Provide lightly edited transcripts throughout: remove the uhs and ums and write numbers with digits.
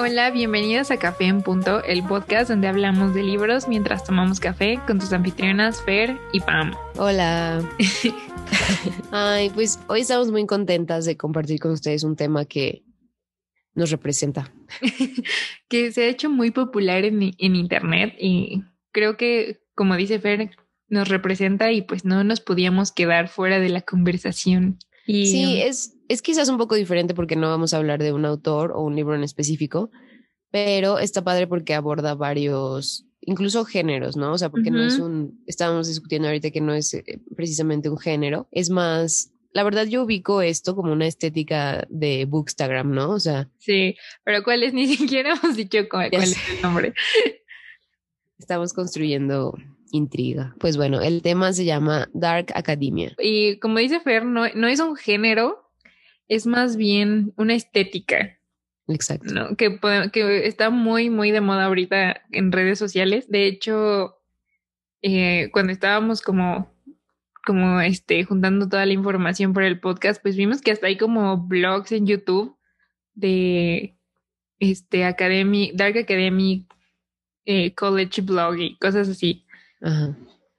Hola, bienvenidos a Café en Punto, el podcast donde hablamos de libros mientras tomamos café con tus anfitrionas Fer y Pam. Hola. Ay, pues hoy estamos muy contentas de compartir con ustedes un tema que nos representa. Que se ha hecho muy popular en internet y creo que, como dice Fer, nos representa y pues no nos podíamos quedar fuera de la conversación. Sí, es quizás un poco diferente porque no vamos a hablar de un autor o un libro en específico, pero está padre porque aborda varios, incluso géneros, ¿no? O sea, porque no es estábamos discutiendo ahorita que no es precisamente un género, es más, la verdad yo ubico esto como una estética de Bookstagram, ¿no? O sea. Sí, pero ¿cuál es? Ni siquiera hemos dicho cuál es el nombre. Estamos construyendo intriga. Pues bueno, el tema se llama Dark Academia. Y como dice Fer, no es un género, es más bien una estética. Exacto. ¿No? Que está muy, muy de moda ahorita en redes sociales. De hecho, cuando estábamos como juntando toda la información para el podcast, pues vimos que hasta hay como blogs en YouTube de Dark Academy, College Blog y cosas así. Ajá.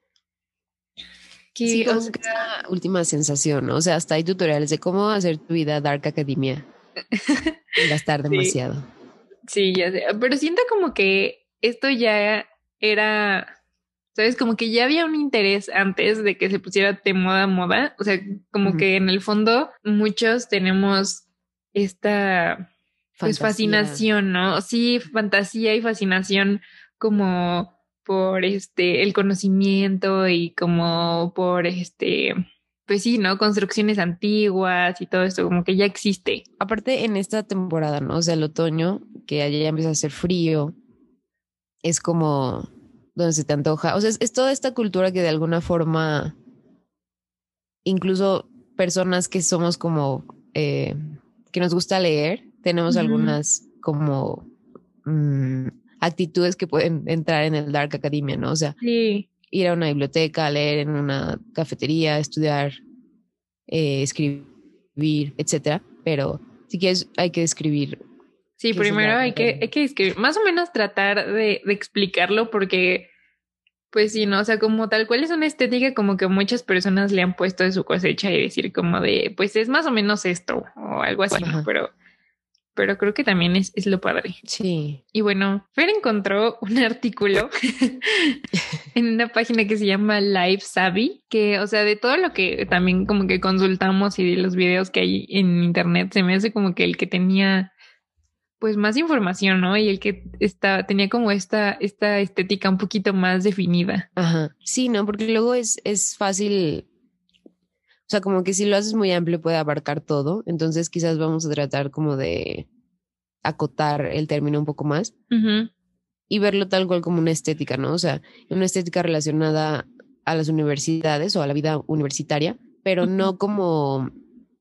Sí, como que esa última sensación, ¿no? O sea, hasta hay tutoriales de cómo hacer tu vida Dark Academia sin gastar demasiado. Sí, ya sé. Pero siento como que esto ya era, ¿sabes? Como que ya había un interés antes de que se pusiera de moda. O sea, como que en el fondo muchos tenemos esta pues fascinación, ¿no? Sí, fantasía y fascinación como por el conocimiento y como por pues sí, ¿no? Construcciones antiguas y todo esto, como que ya existe. Aparte en esta temporada, ¿no? O sea, el otoño, que allá ya empieza a hacer frío, es como donde se te antoja. O sea, es toda esta cultura que de alguna forma, incluso personas que somos como, que nos gusta leer, tenemos algunas como actitudes que pueden entrar en el Dark Academia, ¿no? O sea, ir a una biblioteca, leer en una cafetería, estudiar, escribir, etcétera. Pero si quieres, hay que describir. Sí, primero hay que escribir, más o menos tratar de explicarlo porque, pues sí, ¿no? O sea, como tal cual es una estética como que muchas personas le han puesto de su cosecha y decir como de, pues es más o menos esto o algo así, ¿no? Pero creo que también es lo padre. Sí. Y bueno, Fer encontró un artículo en una página que se llama Live Savvy, que, o sea, de todo lo que también como que consultamos y de los videos que hay en internet, se me hace como que el que tenía pues más información, ¿no? Y el que tenía como esta estética un poquito más definida. Ajá. Sí, ¿no? Porque luego es fácil. O sea, como que si lo haces muy amplio puede abarcar todo. Entonces quizás vamos a tratar como de acotar el término un poco más y verlo tal cual como una estética, ¿no? O sea, una estética relacionada a las universidades o a la vida universitaria, pero no como,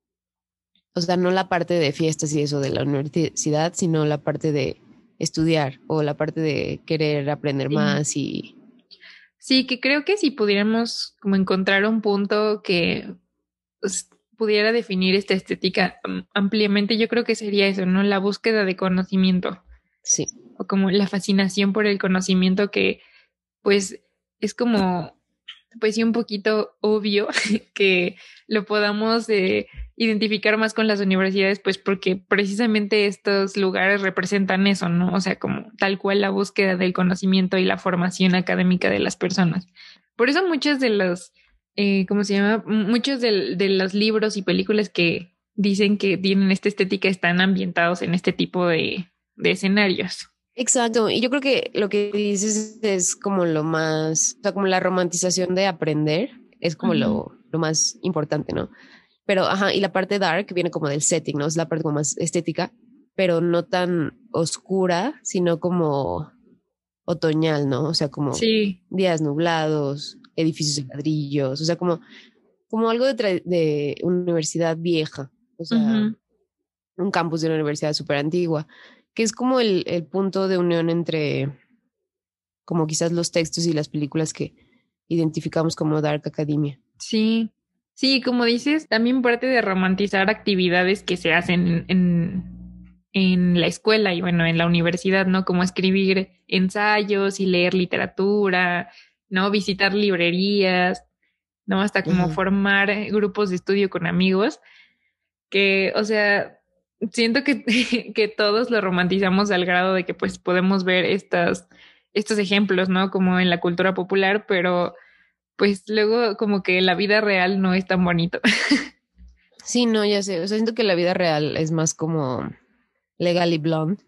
o sea, no la parte de fiestas y eso de la universidad, sino la parte de estudiar o la parte de querer aprender más y... Sí, que creo que si pudiéramos como encontrar un punto que pues, pudiera definir esta estética ampliamente, yo creo que sería eso, ¿no? La búsqueda de conocimiento. Sí. O como la fascinación por el conocimiento que, pues, es como, pues sí, un poquito obvio que lo podamos identificar más con las universidades, pues porque precisamente estos lugares representan eso, ¿no? O sea, como tal cual la búsqueda del conocimiento y la formación académica de las personas. Por eso muchos de los ¿cómo se llama? Muchos de los libros y películas que dicen que tienen esta estética están ambientados en este tipo de escenarios. Exacto. Y yo creo que lo que dices es como lo más, o sea, como la romantización de aprender es como lo más importante, ¿no? Pero, ajá, y la parte dark viene como del setting, ¿no? Es la parte como más estética, pero no tan oscura, sino como otoñal, ¿no? O sea, como días nublados, edificios de ladrillos, o sea, como algo de universidad vieja, o sea, un campus de una universidad súper antigua, que es como el punto de unión entre como quizás los textos y las películas que identificamos como Dark Academia. Sí, sí, como dices, también parte de romantizar actividades que se hacen en la escuela y bueno, en la universidad, ¿no? Como escribir ensayos y leer literatura, ¿no? Visitar librerías, ¿no? Hasta como formar grupos de estudio con amigos, que, o sea, siento que, que todos lo romantizamos al grado de que pues podemos ver estos ejemplos, ¿no? Como en la cultura popular, pero pues luego como que la vida real no es tan bonito. Sí, no, ya sé. O sea, siento que la vida real es más como Legally Blonde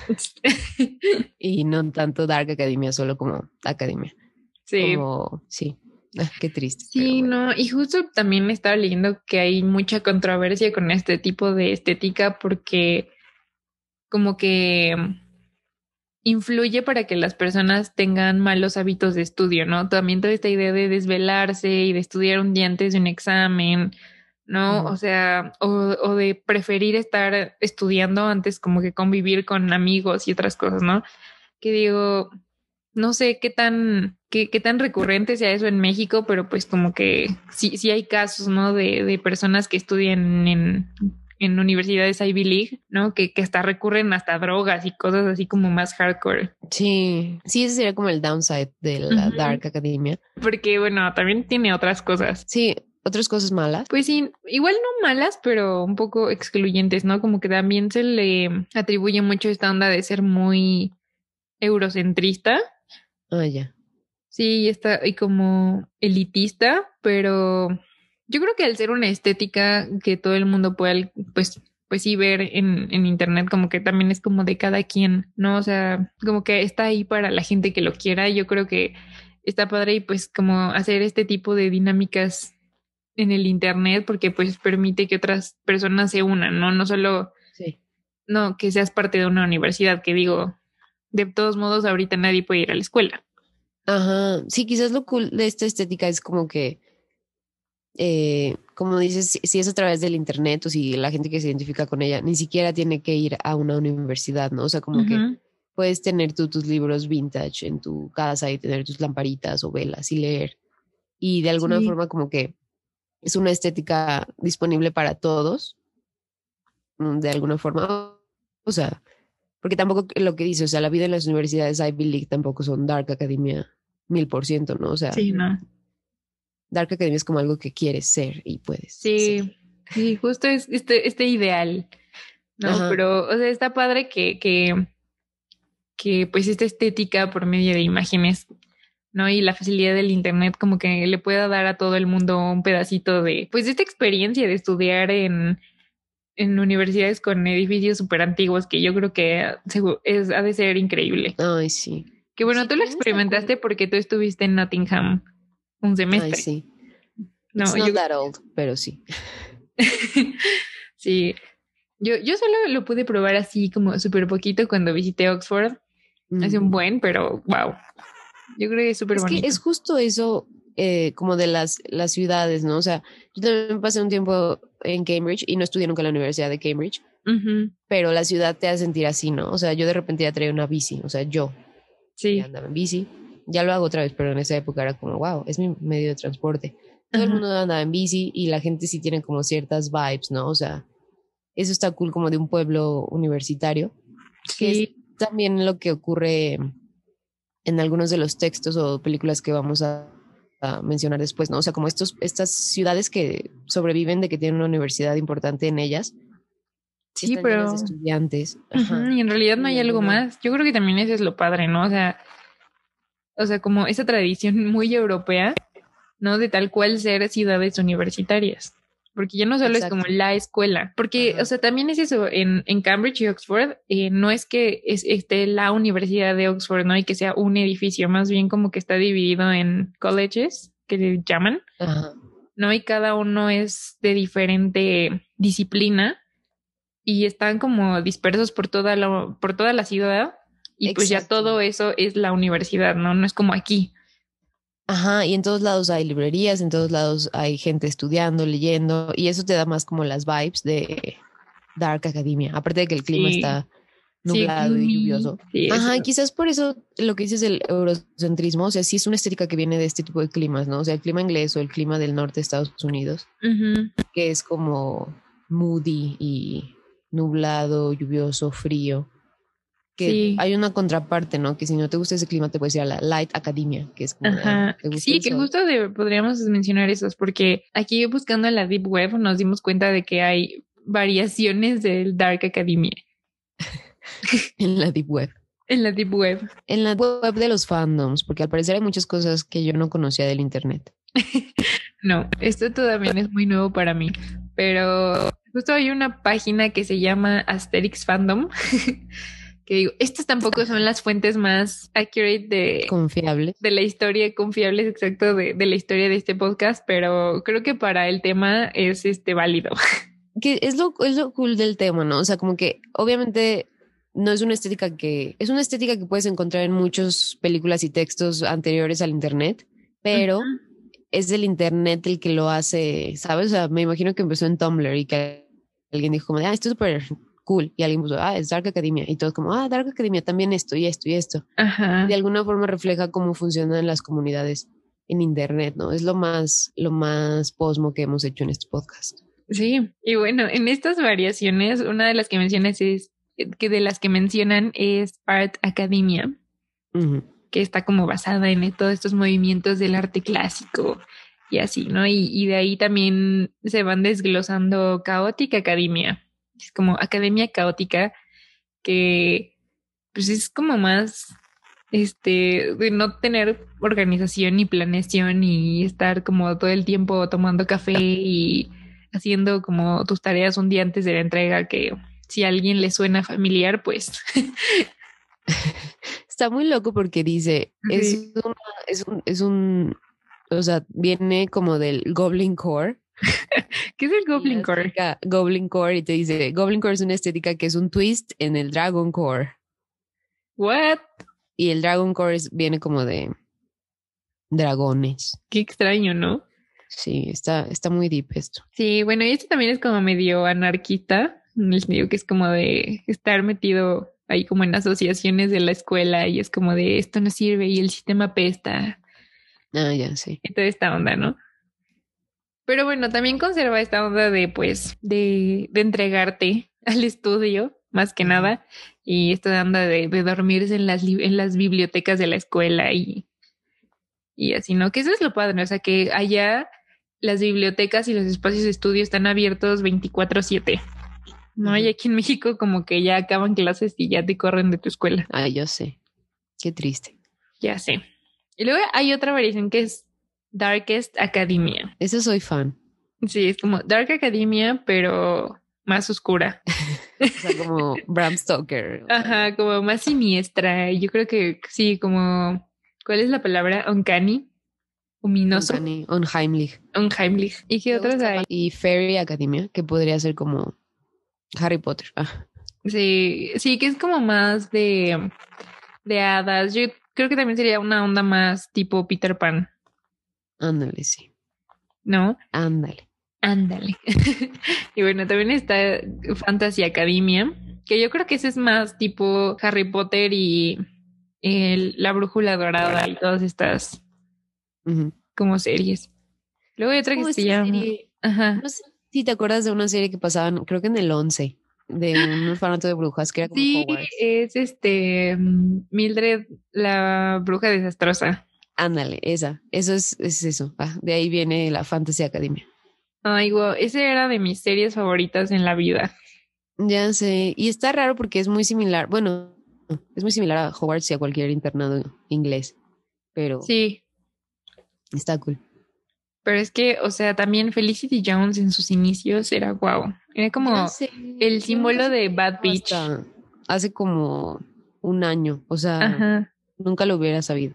y no tanto Dark Academia, solo como academia. Sí. Como, sí. Qué triste, pero Sí, bueno. no, y justo también estaba leyendo que hay mucha controversia con este tipo de estética porque como que influye para que las personas tengan malos hábitos de estudio, ¿no? También toda esta idea de desvelarse y de estudiar un día antes de un examen, ¿no? O sea, o de preferir estar estudiando antes como que convivir con amigos y otras cosas, ¿no? Que digo, no sé qué tan recurrente sea eso en México, pero pues como que sí hay casos, ¿no? De personas que estudian en universidades Ivy League, ¿no? Que hasta recurren hasta drogas y cosas así como más hardcore. Sí, sí, ese sería como el downside de la Dark Academia. Porque bueno, también tiene otras cosas. Sí, otras cosas malas. Pues sí, igual no malas, pero un poco excluyentes, ¿no? Como que también se le atribuye mucho esta onda de ser muy eurocentrista. Ah, ya. Sí, está y como elitista, pero yo creo que al ser una estética que todo el mundo puede, pues sí ver en internet, como que también es como de cada quien, ¿no? O sea, como que está ahí para la gente que lo quiera. Yo creo que está padre y pues como hacer este tipo de dinámicas en el internet, porque pues permite que otras personas se unan, ¿no? No solo, Sí. no, que seas parte de una universidad, que digo, de todos modos, ahorita nadie puede ir a la escuela. Ajá. Sí, quizás lo cool de esta estética es como que, como dices, si es a través del internet o si la gente que se identifica con ella ni siquiera tiene que ir a una universidad, ¿no? O sea, como que Ujú. puedes tener tú tus libros vintage en tu casa y tener tus lamparitas o velas y leer. Y de alguna Sí. forma como que es una estética disponible para todos, de alguna forma. O sea, porque tampoco lo que dice, o sea, la vida en las universidades Ivy League tampoco son Dark Academia 1000%, ¿no? O sea, Sí, no. Dark Academia es como algo que quieres ser y puedes ser. Sí, sí, justo es este ideal, ¿no? Ajá, Pero, o sea, está padre que pues esta estética por medio de imágenes, ¿no? Y la facilidad del internet como que le pueda dar a todo el mundo un pedacito de, pues, de esta experiencia de estudiar en universidades con edificios súper antiguos que yo creo que ha de ser increíble. ay, sí. Que bueno, Sí, tú lo también está cool. experimentaste porque tú estuviste en Nottingham un Ay, semestre. sí. It's No, not yo that old, pero sí. sí, yo solo lo pude probar así como súper poquito cuando visité Oxford. Hace un Mm. buen, pero wow. Yo creo que es súper Es que bonito. es justo eso, como de las ciudades, ¿no? O sea, yo también pasé un tiempo en Cambridge y no estudié nunca en la Universidad de Cambridge, Ujú. pero la ciudad te hace sentir así, ¿no? O sea, yo de repente ya traía una bici, o sea, yo ya Sí. andaba en bici, ya lo hago otra vez, pero en esa época era como, wow, es mi medio de transporte. Todo el Ajá. mundo andaba en bici y la gente sí tiene como ciertas vibes, ¿no? O sea, eso está cool como de un pueblo universitario, que es Sí, también lo que ocurre en algunos de los textos o películas que vamos a mencionar después, ¿no? O sea, como estas ciudades que sobreviven de que tienen una universidad importante en ellas, que sí, están llenas de pero estudiantes, ujú, ajá, y en realidad no y hay de algo alguna, más. Yo creo que también eso es lo padre, ¿no? O sea, como esa tradición muy europea, ¿no? De tal cual ser ciudades universitarias. Porque ya no solo es como exacto, la escuela, porque, o ajá, sea, también es eso, en Cambridge y Oxford, no es que esté la Universidad de Oxford, ¿no? Y que sea un edificio, más bien como que está dividido en colleges, que le llaman, ajá, ¿no? Y cada uno es de diferente disciplina y están como dispersos por toda la ciudad y pues ya exacto. todo eso es la universidad, ¿no? No es como aquí. Ajá, y en todos lados hay librerías, en todos lados hay gente estudiando, leyendo, y eso te da más como las vibes de Dark Academia, aparte de que el clima Sí, está sí, nublado y gloomy, lluvioso. sí, eso. Ajá, y quizás por eso lo que dices del eurocentrismo, o sea, sí es una estética que viene de este tipo de climas, ¿no? O sea, el clima inglés o el clima del norte de Estados Unidos, Ujú. que es como moody y nublado, lluvioso, frío. Que Sí. hay una contraparte, ¿no? Que si no te gusta ese clima te puedes ir a la Light Academia, que es como de, Ajá. ¿te gusta Sí, el que sol? justo podríamos mencionar esos, porque aquí buscando en la Deep Web nos dimos cuenta de que hay variaciones del Dark Academia En la Deep Web. en la Deep Web. En la web de los fandoms, porque al parecer hay muchas cosas que yo no conocía del internet. No, esto también es muy nuevo para mí, pero justo hay una página que se llama Asterix Fandom, que digo, estas tampoco son las fuentes más accurate Confiable. de la historia, confiables exacto de la historia de este podcast, pero creo que para el tema es válido. Que es lo cool del tema, ¿no? O sea, como que obviamente no es una estética es una estética que puedes encontrar en muchas películas y textos anteriores al internet, pero es el internet el que lo hace, ¿sabes? O sea, me imagino que empezó en Tumblr y que alguien dijo como, esto es súper cool. Y alguien puso, es Dark Academia. Y todos como, Dark Academia, también esto y esto y esto. Ajá. De alguna forma refleja cómo funcionan las comunidades en internet, ¿no? Es lo más posmo que hemos hecho en este podcast. Sí, y bueno, en estas variaciones, una de las que mencionas es que de las que mencionan es Art Academia, que está como basada en todos estos movimientos del arte clásico y así, ¿no? Y de ahí también se van desglosando Chaotic Academia, es como academia caótica, que pues es como más de no tener organización ni planeación y estar como todo el tiempo tomando café y haciendo como tus tareas un día antes de la entrega, que si a alguien le suena familiar, pues Está muy loco porque dice, sí. o sea, viene como del Goblin Core. ¿Qué es el Goblin Core? Goblin Core y te dice, Goblin Core es una estética que es un twist en el Dragon Core. What? Y el Dragon Core viene como de dragones. Qué extraño, ¿no? Sí, está muy deep esto. Sí, bueno, y esto también es como medio anarquista, en el sentido que es como de estar metido ahí como en asociaciones de la escuela y es como de esto no sirve y el sistema apesta. Ya, sí. Y toda esta onda, ¿no? Pero bueno, también conserva esta onda de, pues, de entregarte al estudio, más que nada, y esta onda de dormirse en en las bibliotecas de la escuela y así, ¿no? Que eso es lo padre, o sea, que allá las bibliotecas y los espacios de estudio están abiertos 24/7, ¿no? Y aquí en México como que ya acaban clases y ya te corren de tu escuela. Yo sé. Qué triste. Ya sé. Y luego hay otra variación que es Darkest Academia. Eso soy fan. Sí, es como Dark Academia, pero más oscura. O sea, como Bram Stoker. Ajá, como más siniestra. Yo creo que sí, como, ¿cuál es la palabra? Uncanny, ominoso. Uncanny, Unheimlich. Unheimlich. ¿Y qué otras hay? Y Fairy Academia, que podría ser como Harry Potter. Sí, sí, que es como más de hadas. Yo creo que también sería una onda más tipo Peter Pan, Ándale, sí. ¿no? Ándale. Ándale. Y bueno, también está Fantasy Academia, que yo creo que ese es más tipo Harry Potter y la Brújula Dorada y todas estas como series. Luego hay otra que se llama... Ajá. No sé si te acuerdas de una serie que pasaban, creo que en el 11, de un orfanato de brujas, que era como Sí, Hogwarts. es Mildred, la bruja desastrosa. Ándale, esa. Eso es eso. De ahí viene la Fantasy Academia. Ay, wow, esa era de mis series favoritas en la vida. Ya sé. Y está raro porque es muy similar. Bueno, es muy similar a Hogwarts y a cualquier internado inglés. Pero Sí, está cool. pero es que, o sea, también Felicity Jones en sus inicios era wow. Era como el símbolo de Bad Beach. Hace como un año. O sea, Ajá. nunca lo hubiera sabido.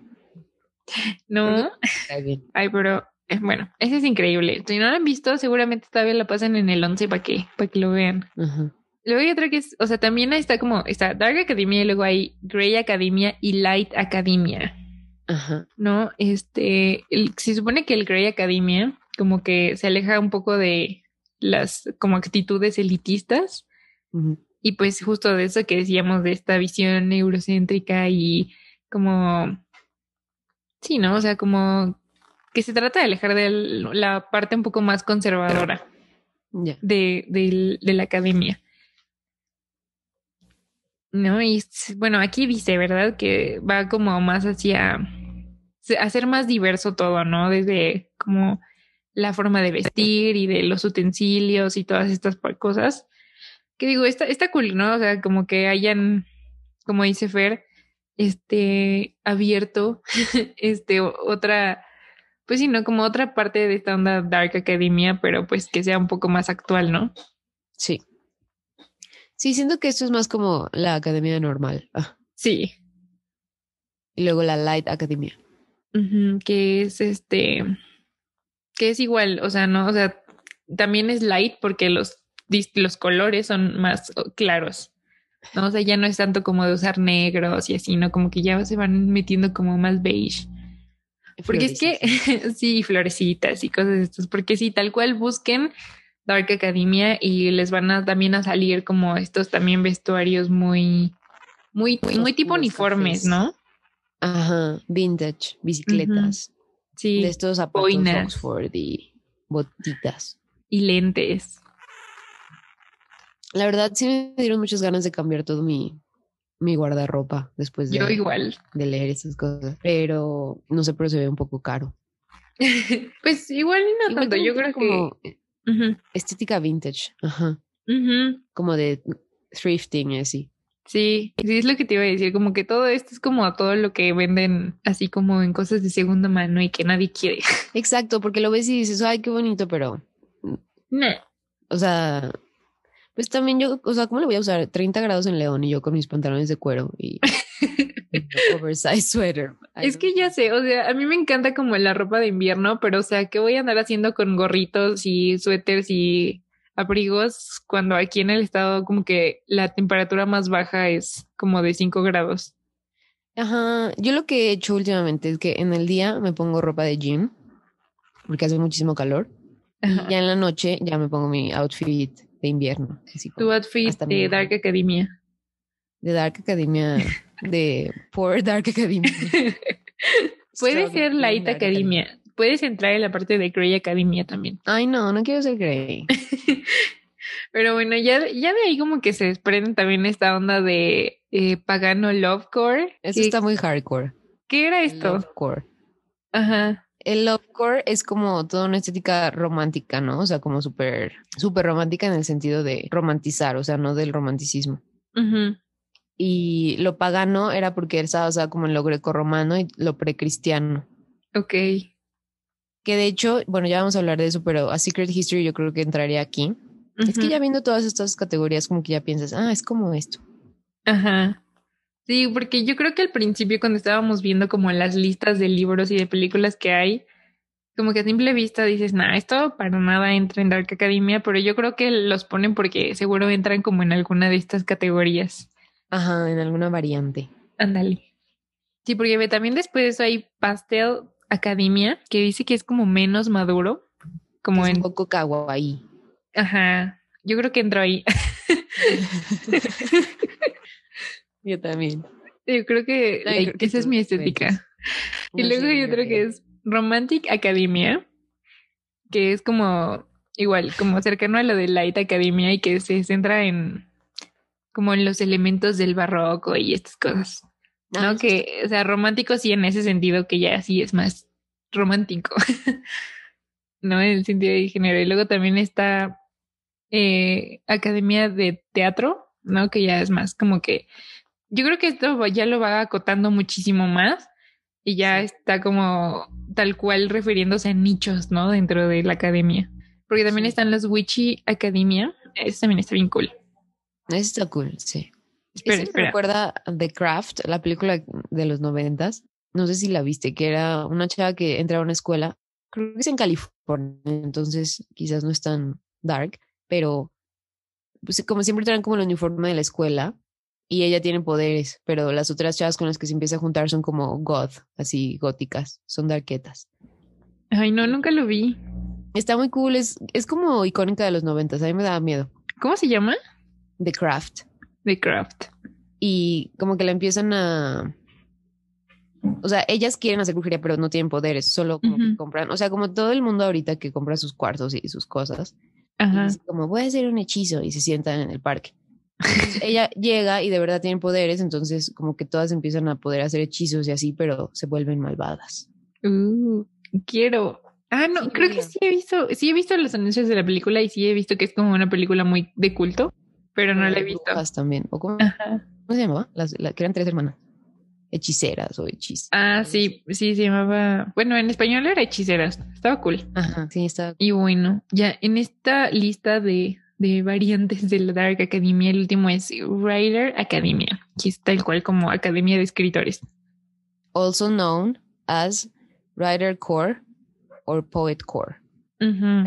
No. Está bien. Ay, pero bueno, ese es increíble. Si no lo han visto, seguramente todavía la pasan en el 11 para que lo vean. Ajá. Luego hay otra que es, o sea, también está Dark Academia y luego hay Grey Academia y Light Academia. Ajá. ¿No? Se supone que el Grey Academia como que se aleja un poco de las como actitudes elitistas y pues justo de eso que decíamos de esta visión eurocéntrica y como, sí, ¿no? O sea, como que se trata de alejar de la parte un poco más conservadora de la academia. ¿no? Y bueno, aquí dice, ¿verdad? Que va como más hacia hacer más diverso todo, ¿no? Desde como la forma de vestir y de los utensilios y todas estas cosas. Que digo, está cool, ¿no? O sea, como que hayan, como dice Fer, abierto, otra, pues sí, ¿no? Como otra parte de esta onda Dark Academia, pero pues que sea un poco más actual, ¿no? Sí. Sí, siento que esto es más como la academia normal. Sí. Y luego la Light Academia. Que es que es igual, o sea, no, o sea, también es light porque los colores son más claros, ¿no? O sea, ya no es tanto como de usar negros y así, ¿no? Como que ya se van metiendo como más beige. Porque es que, sí, florecitas y cosas de estas, porque sí, tal cual busquen Dark Academia y les van a también a salir como estos también vestuarios muy tipo uniformes, ¿no? Ajá, vintage, bicicletas, de Sí, estos zapatos boinas Oxford y botitas. y lentes. La verdad sí me dieron muchas ganas de cambiar todo mi guardarropa después Yo igual. de leer esas cosas, pero no sé, pero se ve un poco caro. Pues igual y no Igual tanto, yo creo como que ujú, estética vintage, ajá, ujú. como de thrifting y así. Sí, sí es lo que te iba a decir, como que todo esto es como a todo lo que venden así como en cosas de segunda mano y que nadie quiere. Exacto, porque lo ves y dices, ay, qué bonito, pero, No. o sea, pues también yo, o sea, ¿cómo le voy a usar 30 grados en León y yo con mis pantalones de cuero y oversize sweater? Ay, Es no. que ya sé, o sea, a mí me encanta como la ropa de invierno, pero o sea, ¿qué voy a andar haciendo con gorritos y suéteres y abrigos cuando aquí en el estado como que la temperatura más baja es como de 5 grados? Ajá, yo lo que he hecho últimamente es que en el día me pongo ropa de gym porque hace muchísimo calor y Ajá. ya en la noche ya me pongo mi outfit de invierno, así Tu como outfit hasta de Dark Academia. de Dark Academia, de Poor Dark Academia, Puede ser Struggling Light Dark Academia. Academia. Puedes entrar en la parte de Grey Academia también. Ay, no, no quiero ser Grey. Pero bueno, ya de ahí como que se desprende también esta onda de pagano lovecore. Eso está muy hardcore. ¿Qué era El esto? lovecore. Ajá. El lovecore es como toda una estética romántica, ¿no? O sea, como súper romántica en el sentido de romantizar, o sea, no del romanticismo. Ujú. Y lo pagano era porque él estaba basado como en lo grecorromano y lo precristiano. Ok. Que de hecho, bueno, ya vamos a hablar de eso, pero a Secret History yo creo que entraría aquí. Es que Ujú. ya viendo todas estas categorías, como que ya piensas, es como esto. Ajá. Sí, porque yo creo que al principio cuando estábamos viendo como las listas de libros y de películas que hay, como que a simple vista dices, nah, esto para nada entra en Dark Academia, pero yo creo que los ponen porque seguro entran como en alguna de estas categorías. Ajá, en alguna variante. Ándale. Sí, porque ve, también después de eso hay Pastel Academia, que dice que es como menos maduro, Que como es un en, poco kawaii. ajá, yo creo que entró ahí. Yo también. Yo creo que También creo que esa es mi tú entras. estética. Y No luego sé, hay yo otro que creo. es Romantic Academia, que es como igual, como cercano a lo de Light Academia y que se centra en como en los elementos del barroco y estas cosas, ¿no? Eso está. Que, o sea, romántico sí en ese sentido que ya sí es más romántico, ¿no? En el sentido de género. Y luego también está Academia de Teatro, ¿no? Que ya es más como que yo creo que esto ya lo va acotando muchísimo más y ya Sí, está como tal cual refiriéndose a nichos, ¿no? Dentro de la academia. Porque también sí. están los Witchy Academia. Eso también está bien cool. Eso está cool, sí. Espera, Ese me espera. recuerda a The Craft, la película de los 90s. No sé si la viste, que era una chava que entra a una escuela, creo que es en California, entonces quizás no es tan dark, pero pues, como siempre traen como el uniforme de la escuela y ella tiene poderes, pero las otras chavas con las que se empieza a juntar son como goth, así góticas, son darketas. Ay, no, nunca lo vi. Está muy cool, es como icónica de los 90s, a mí me daba miedo. ¿Cómo se llama? The Craft. The Craft. Y como que la empiezan a... O sea, ellas quieren hacer brujería, pero no tienen poderes, solo como que Ujú. compran, o sea, como todo el mundo ahorita que compra sus cuartos y sus cosas, y Ajá. dice como, voy a hacer un hechizo, y se sientan en el parque. Entonces ella llega y de verdad tiene poderes, entonces como que todas empiezan a poder hacer hechizos y así, pero se vuelven malvadas. Quiero. Ah, no, Sí, creo que sí he visto los anuncios de la película y sí he visto que es como una película muy de culto, pero como no la he de visto. brujas también. ¿O Ajá. cómo se llamaba? Que eran tres hermanas. Hechiceras o Ah, algo así. sí, sí, se llamaba. Bueno, en español era Hechiceras. Estaba cool. Ajá, sí, está. Y bueno, ya en esta lista de variantes de la Dark Academia, el último es Writer Academia, que es tal cual como Academia de Escritores. Also known as Writer Core or Poet Core. Ujú.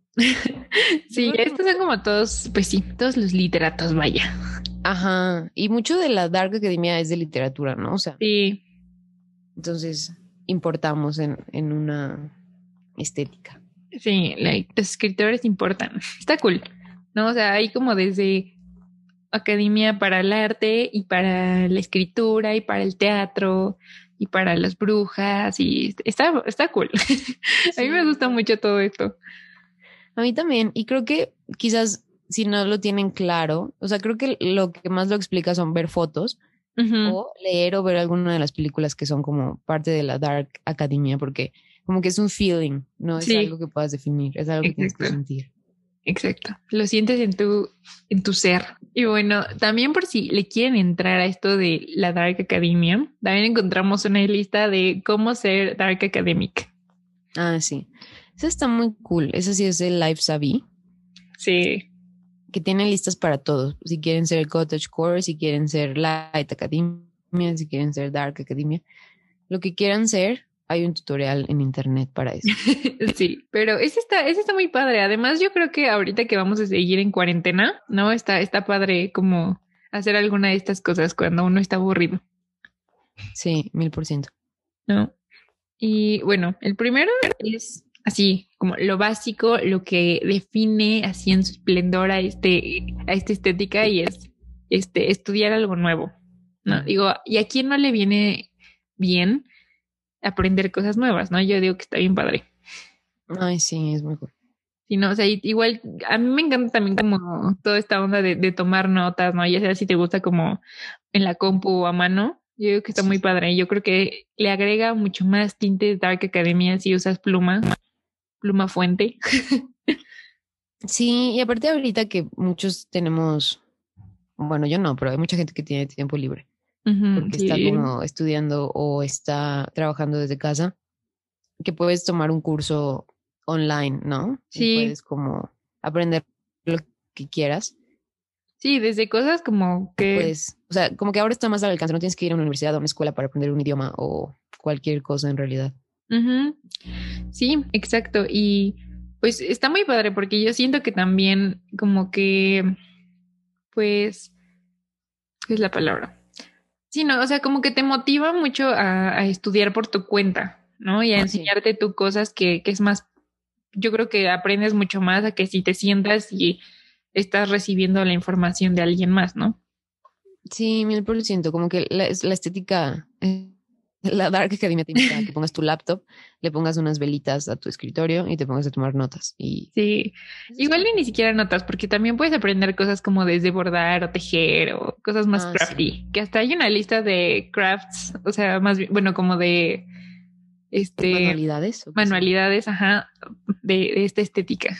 Yo Sí, creo que, estos son como todos, pues sí, todos los literatos, vaya. ajá, y mucho de la Dark Academia es de literatura, ¿no? O sea, Sí, entonces importamos en una estética. sí, los escritores importan. Está cool, ¿no? O sea, hay como desde academia para el arte y para la escritura y para el teatro y para las brujas y está cool. A mí me Sí, gusta mucho todo esto. a mí también, y creo que quizás si no lo tienen claro, o sea, creo que lo que más lo explica son ver fotos Ujú. o leer o ver alguna de las películas que son como parte de la Dark Academia, porque como que es un feeling, no es algo Sí, que puedas definir, es algo que tienes que exacto, sentir. exacto. Lo sientes en tu ser. Y bueno, también por si le quieren entrar a esto de la Dark Academia, también encontramos una lista de cómo ser Dark Academic. Ah, sí. Esa está muy cool. Esa sí es el Life Savvy, Sí, que tiene listas para todos. Si quieren ser Cottagecore, si quieren ser Light Academia, si quieren ser Dark Academia. Lo que quieran ser, hay un tutorial en internet para eso. sí, pero ese está muy padre. Además, yo creo que ahorita que vamos a seguir en cuarentena, ¿no? Está padre como hacer alguna de estas cosas cuando uno está aburrido, Sí, 1000%. ¿no? Y bueno, el primero es así, como lo básico, lo que define así en su esplendor a esta estética y es estudiar algo nuevo, ¿no? Digo, ¿y a quién no le viene bien aprender cosas nuevas, ¿no? Yo digo que está bien padre. Ay, sí, es muy cool. Sí, no, o sea, igual a mí me encanta también como toda esta onda de tomar notas, ¿no? Ya sea si te gusta como en la compu o a mano, yo digo que está muy padre. Yo creo que le agrega mucho más tinte Dark Academia si usas pluma fuente. Sí, y aparte ahorita que muchos tenemos, bueno, yo no, pero hay mucha gente que tiene tiempo libre Ujú, porque está sí, como estudiando o está trabajando desde casa, que puedes tomar un curso online, ¿no? Y sí, puedes como aprender lo que quieras. sí, desde cosas como que, Pues, o sea, como que ahora está más al alcance, no tienes que ir a una universidad o a una escuela para aprender un idioma o cualquier cosa en realidad. ujú, sí, exacto. Y pues está muy padre porque yo siento que también como que, pues, ¿qué es la palabra? Sí, no, o sea, como que te motiva mucho a estudiar por tu cuenta, ¿no? Y a Sí. enseñarte tú cosas que es más, yo creo que aprendes mucho más a que si te sientas y estás recibiendo la información de alguien más, ¿no? Sí, 1000%. Como que la estética, la Dark Academia te invita a que pongas tu laptop, le pongas unas velitas a tu escritorio y te pongas a tomar notas. Y Sí, eso está igual muy ni cool. siquiera notas, porque también puedes aprender cosas como desde bordar o tejer o cosas más Ah, sí. crafty, que hasta hay una lista de crafts, o sea, más bien, bueno, como de Manualidades o qué sé yo. manualidades, ajá, de esta estética.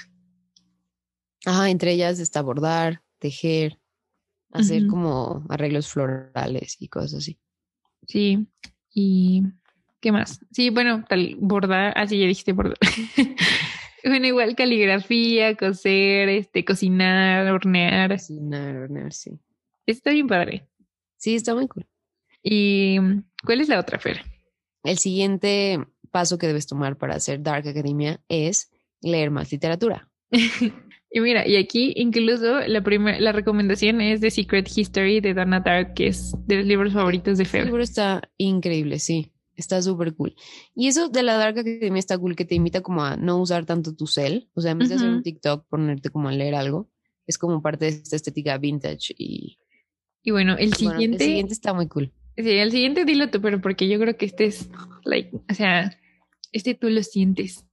Ajá, entre ellas está bordar, tejer, hacer Ujú. como arreglos florales y cosas así. Sí, y ¿qué más? Sí, bueno, tal bordar, sí, ya dijiste bordar. Bueno, igual caligrafía, coser, cocinar, hornear. Cocinar, hornear, sí. Está bien padre. Sí, está muy cool. ¿Y cuál es la otra, Fer? El siguiente paso que debes tomar para hacer Dark Academia es leer más literatura. Y mira, y aquí incluso la recomendación es The Secret History de Donna Tartt, que es de los libros favoritos de Ese Fer. libro está increíble, sí. Está súper cool. Y eso de la Dark Academia está cool, que te invita como a no usar tanto tu cel. O sea, en vez de hacer un Ujú. TikTok, ponerte como a leer algo. Es como parte de esta estética vintage. Y bueno, el Y bueno, el siguiente, siguiente está muy cool. sí, el siguiente dilo tú, pero porque yo creo que este es, like, o sea, tú lo sientes.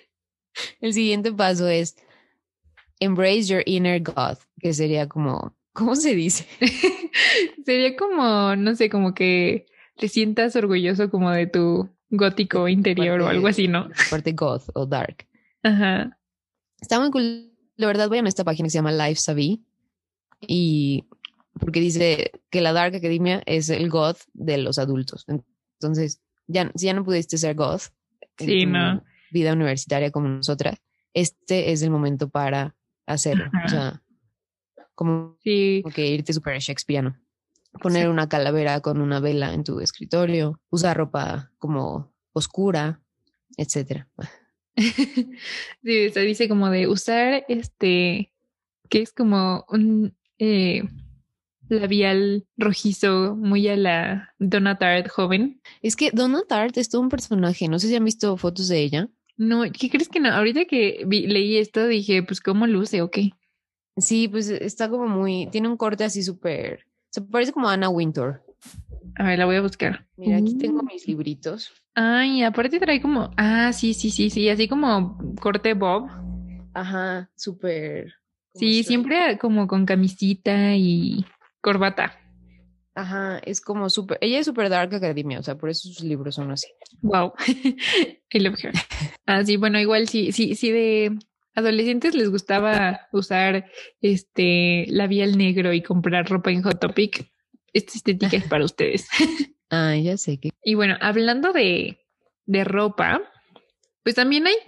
El siguiente paso es Embrace Your Inner God, que sería como ¿Cómo se dice? Sería como, no sé, como que te sientas orgulloso como de tu gótico interior o algo así, ¿no? Parte goth o dark. Ajá. Está muy cool. La verdad, vayan a esta página que se llama Life Savvy y porque dice que la Dark Academia es el goth de los adultos. Entonces, ya, si ya no pudiste ser goth en Sí, tu no. vida universitaria como nosotras, este es el momento para hacerlo. Ajá. O sea, como Sí, que irte súper shakespeariano. Poner una calavera con una vela en tu escritorio, usar ropa como oscura, etcétera. sí, se dice como de usar que es como un labial rojizo muy a la Donna Tartt joven. Es que Donna Tartt es todo un personaje. No sé si han visto fotos de ella. No, ¿qué crees que no? Ahorita que leí esto dije, pues cómo luce o qué. Sí, pues está como muy, tiene un corte así súper, se parece como a Anna Wintour. A ver, la voy a buscar. Mira, aquí tengo mis libritos. Ay, aparte trae como, sí, sí, sí, sí, así como corte bob. Ajá, súper, como Sí, straight. siempre como con camisita y corbata. Ajá, es como súper, ella es súper dark academia, o sea, por eso sus libros son así. Wow. I love her. Sí, bueno, igual sí, sí, sí de adolescentes les gustaba usar labial negro y comprar ropa en Hot Topic. Esta estética es para ustedes. Ah, ya sé que. Y bueno, hablando de ropa, pues también hay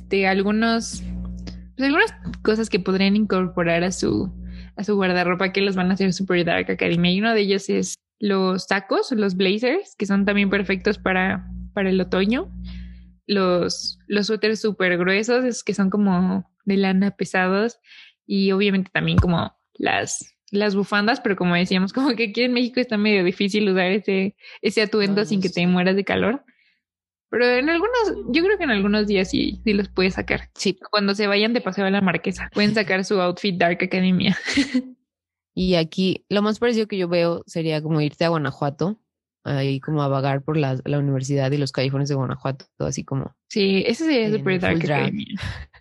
algunas cosas que podrían incorporar a su guardarropa que los van a hacer super dark academia. Y uno de ellos es los sacos, los blazers, que son también perfectos para el otoño. Los suéteres súper gruesos, es que son como de lana pesados. Y obviamente también como las bufandas, pero como decíamos, como que aquí en México está medio difícil usar ese atuendo sin que te mueras de calor. Pero yo creo que en algunos días sí, sí los puedes sacar. Sí, Cuando se vayan de paseo a la Marquesa, pueden sacar su outfit Dark Academia. y aquí lo más parecido que yo veo sería como irte a Guanajuato, ahí como a vagar por la universidad y los callejones de Guanajuato, todo así como Sí, ese sería en super full Dark drag. Academia.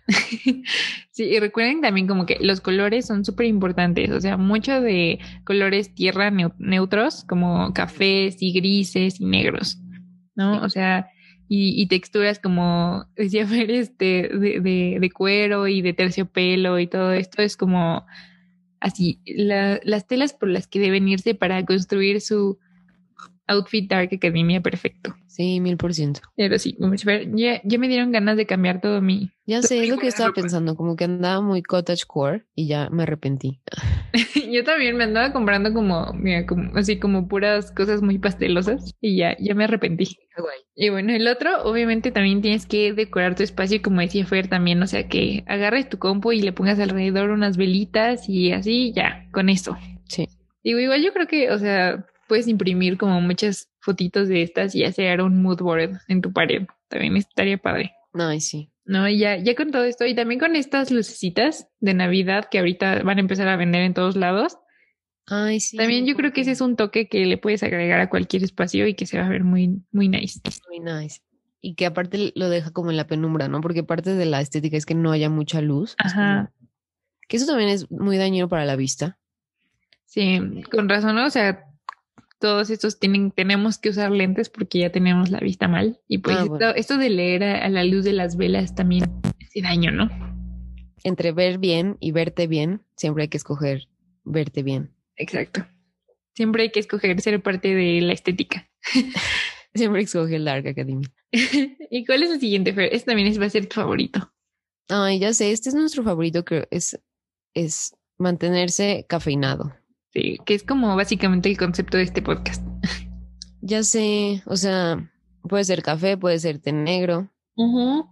Sí, y recuerden también como que los colores son súper importantes, o sea, mucho de colores tierra neutros, como cafés y grises y negros, ¿no? Sí. O sea, y texturas como decía Fer, de cuero y de terciopelo y todo esto es como así, las telas por las que deben irse para construir su outfit Dark Academia perfecto. Sí, 1000%. Pero sí, como si fuera- ya me dieron ganas de cambiar Ya todo sé, es mi lo que yo estaba guardarropa. pensando, como que andaba muy cottagecore y ya me arrepentí. Yo también me andaba comprando como, mira, como, así como puras cosas muy pastelosas y ya me arrepentí. Y bueno, el otro, obviamente también tienes que decorar tu espacio, como decía Fer también, o sea, que agarres tu compu y le pongas alrededor unas velitas y así, ya, con eso. Sí. Digo, igual yo creo que, o sea, puedes imprimir como muchas fotitos de estas y hacer un mood board en tu pared. También estaría padre. Ay, sí. No, y ya con todo esto y también con estas lucecitas de Navidad que ahorita van a empezar a vender en todos lados. Ay, sí, También yo como creo que ese que es un toque que le puedes agregar a cualquier espacio y que se va a ver muy, muy nice. muy nice. Y que aparte lo deja como en la penumbra, ¿no? Porque parte de la estética es que no haya mucha luz. Es Ajá, como que eso también es muy dañino para la vista. sí, con razón, ¿no? O sea, todos estos tenemos que usar lentes porque ya tenemos la vista mal. Y pues Ah, bueno. esto de leer a la luz de las velas también hace daño, ¿no? Entre ver bien y verte bien, siempre hay que escoger verte bien. Exacto. Siempre hay que escoger ser parte de la estética. Siempre escoge el Dark Academy. ¿Y cuál es el siguiente, Fer? Este también va a ser tu favorito. Ay, ya sé, este es nuestro favorito, que es mantenerse cafeinado. Sí, que es como básicamente el concepto de este podcast. Ya sé, o sea, puede ser café, puede ser té negro, Ujú.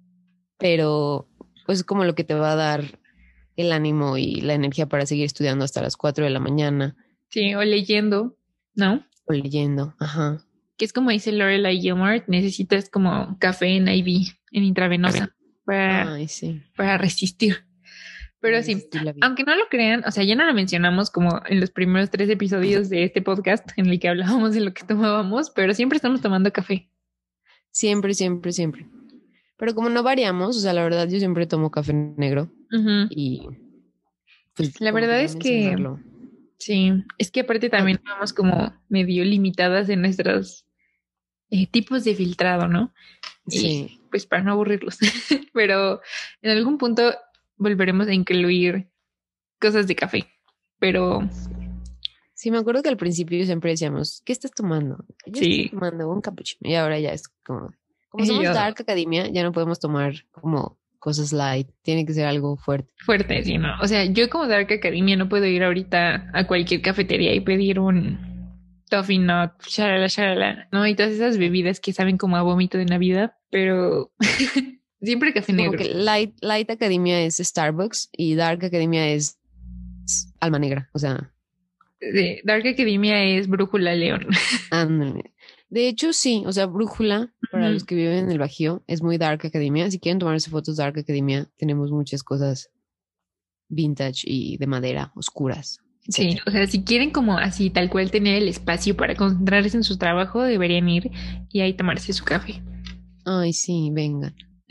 pero pues como lo que te va a dar el ánimo y la energía para seguir estudiando hasta las 4 de la mañana Sí, o leyendo, ¿no? o leyendo. Ajá. Que es como dice Lorelai Gilmore, necesitas como café en IV, en intravenosa, Ay, sí, para resistir. para Pero sí, resistir la vida. aunque no lo crean, o sea, ya no lo mencionamos como en los primeros 3 episodios de este podcast en el que hablábamos de lo que tomábamos, pero siempre estamos tomando café. Siempre, siempre, siempre. Pero como no variamos, o sea, la verdad yo siempre tomo café negro Ujú. y pues La como verdad quería es que mencionarlo. Sí, es que aparte también estamos como medio limitadas en nuestros tipos de filtrado, ¿no? Y Sí. pues para no aburrirlos. Pero en algún punto volveremos a incluir cosas de café. Pero Sí, me acuerdo que al principio siempre decíamos, ¿qué estás tomando? Yo estoy sí, tomando un cappuccino. Y ahora ya es como y somos yo Dark Academia, ya no podemos tomar como cosas light. Tiene que ser algo fuerte. fuerte, sí, ¿no? O sea, yo como Dark Academia no puedo ir ahorita a cualquier cafetería y pedir un toffee nut, shalala, shalala, ¿no? Y todas esas bebidas que saben como a vómito de Navidad, pero siempre café Sí, como negro. que Light Academia es Starbucks y Dark Academia es Alma Negra. O sea, Dark Academia es Brújula León. ándale. De hecho, sí, o sea, Brújula, para los Ujú. que viven en el Bajío, es muy Dark Academia. Si quieren tomarse fotos Dark Academia, tenemos muchas cosas vintage y de madera, oscuras, Sí, etcétera. o sea, si quieren como así tal cual tener el espacio para concentrarse en su trabajo, deberían ir y ahí tomarse su café. Ay, sí, vengan.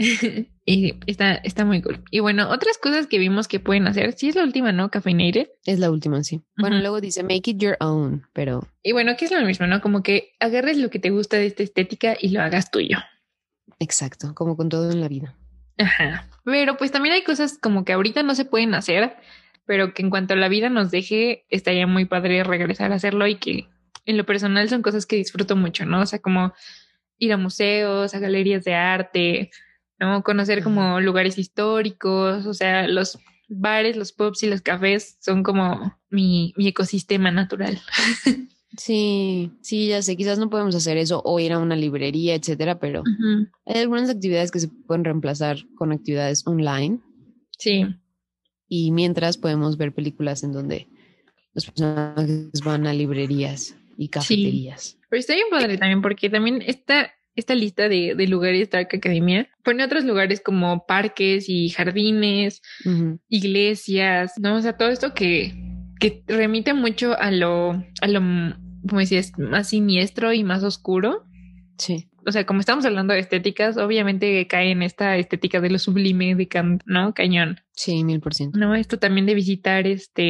Y está muy cool. Y bueno, otras cosas que vimos que pueden hacer, sí es la última, ¿no? Caffeinated. Es la última, sí. Bueno, Ujú. luego dice make it your own, pero Y bueno, que es lo mismo, ¿no? Como que agarres lo que te gusta de esta estética y lo hagas tuyo. exacto, como con todo en la vida. Ajá. Pero pues también hay cosas como que ahorita no se pueden hacer, pero que en cuanto la vida nos deje, estaría muy padre regresar a hacerlo y que en lo personal son cosas que disfruto mucho, ¿no? O sea, como ir a museos, a galerías de arte, ¿no? Conocer Ajá. como lugares históricos, o sea, los bares, los pubs y los cafés son como mi ecosistema natural. Sí, sí, ya sé, quizás no podemos hacer eso o ir a una librería, etcétera, pero Ujú. hay algunas actividades que se pueden reemplazar con actividades online Sí, y mientras podemos ver películas en donde los personajes van a librerías y sí. cafeterías. Pero está bien padre también porque también esta lista de lugares Dark Academia pone otros lugares como parques y jardines, Ujú. iglesias, ¿no? O sea, todo esto que remite mucho a lo, como decías, más siniestro y más oscuro. Sí, O sea, como estamos hablando de estéticas, obviamente cae en esta estética de lo sublime de Kant, ¿no? Cañón. sí, 1000%. No, esto también de visitar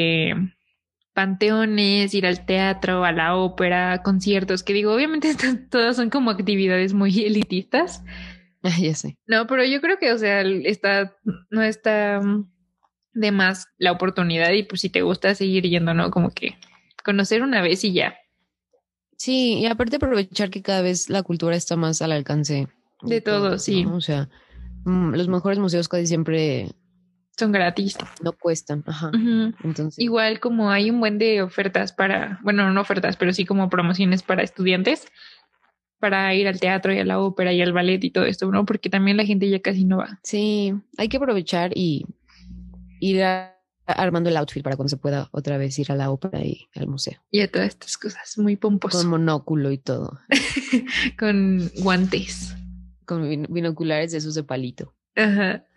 panteones, ir al teatro, a la ópera, conciertos, que digo, obviamente estas todas son como actividades muy elitistas. Ah, ya sé. No, pero yo creo que, o sea, no está de más la oportunidad y pues si te gusta seguir yendo, ¿no? Como que conocer una vez y ya. Sí, y aparte aprovechar que cada vez la cultura está más al alcance de De todo, todos, sí, ¿no? O sea, los mejores museos casi siempre son gratis. no cuestan, ajá. Ujú. Entonces, Igual como hay un buen de ofertas para, bueno, no ofertas, pero sí como promociones para estudiantes, para ir al teatro y a la ópera y al ballet y todo esto, ¿no? Porque también la gente ya casi no va. sí, hay que aprovechar y ir armando el outfit para cuando se pueda otra vez ir a la ópera y al museo, Y a todas estas cosas, muy con pomposo, monóculo y todo, con guantes. con binoculares de esos de palito. Ajá.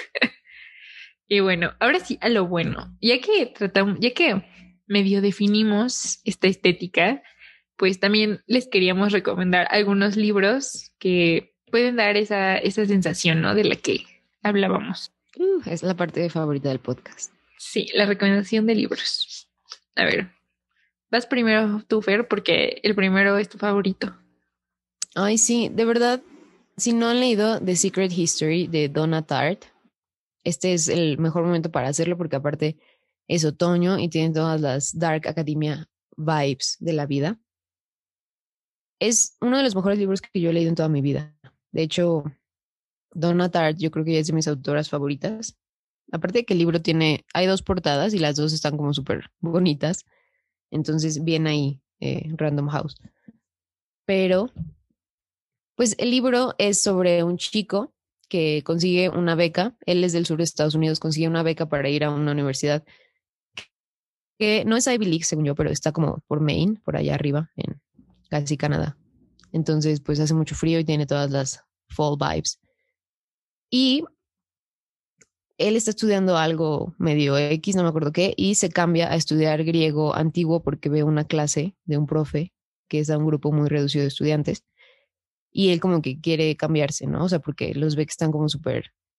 Y bueno, ahora sí a lo bueno. Ya que medio definimos esta estética, pues también les queríamos recomendar algunos libros que pueden dar esa sensación, ¿no? De la que hablábamos. Es la parte favorita del podcast. Sí, la recomendación de libros. A ver, vas primero tú, Fer, porque el primero es tu favorito. Ay, sí, de verdad, si no han leído The Secret History de Donna Tartt, este es el mejor momento para hacerlo porque aparte es otoño y tiene todas las Dark Academia vibes de la vida. Es uno de los mejores libros que yo he leído en toda mi vida. De hecho, Donna Tartt yo creo que es de mis autoras favoritas. Aparte de que el libro hay dos portadas y las dos están como súper bonitas. Entonces, bien ahí, Random House. Pero, pues el libro es sobre un chico que consigue una beca. Él es del sur de Estados Unidos, consigue una beca para ir a una universidad que no es Ivy League, según yo, pero está como por Maine, por allá arriba, en casi Canadá. Entonces, pues hace mucho frío y tiene todas las fall vibes. Y él está estudiando algo medio X, no me acuerdo qué, y se cambia a estudiar griego antiguo porque ve una clase de un profe que es a un grupo muy reducido de estudiantes y él como que quiere cambiarse, ¿no? O sea, porque los ve que están como súper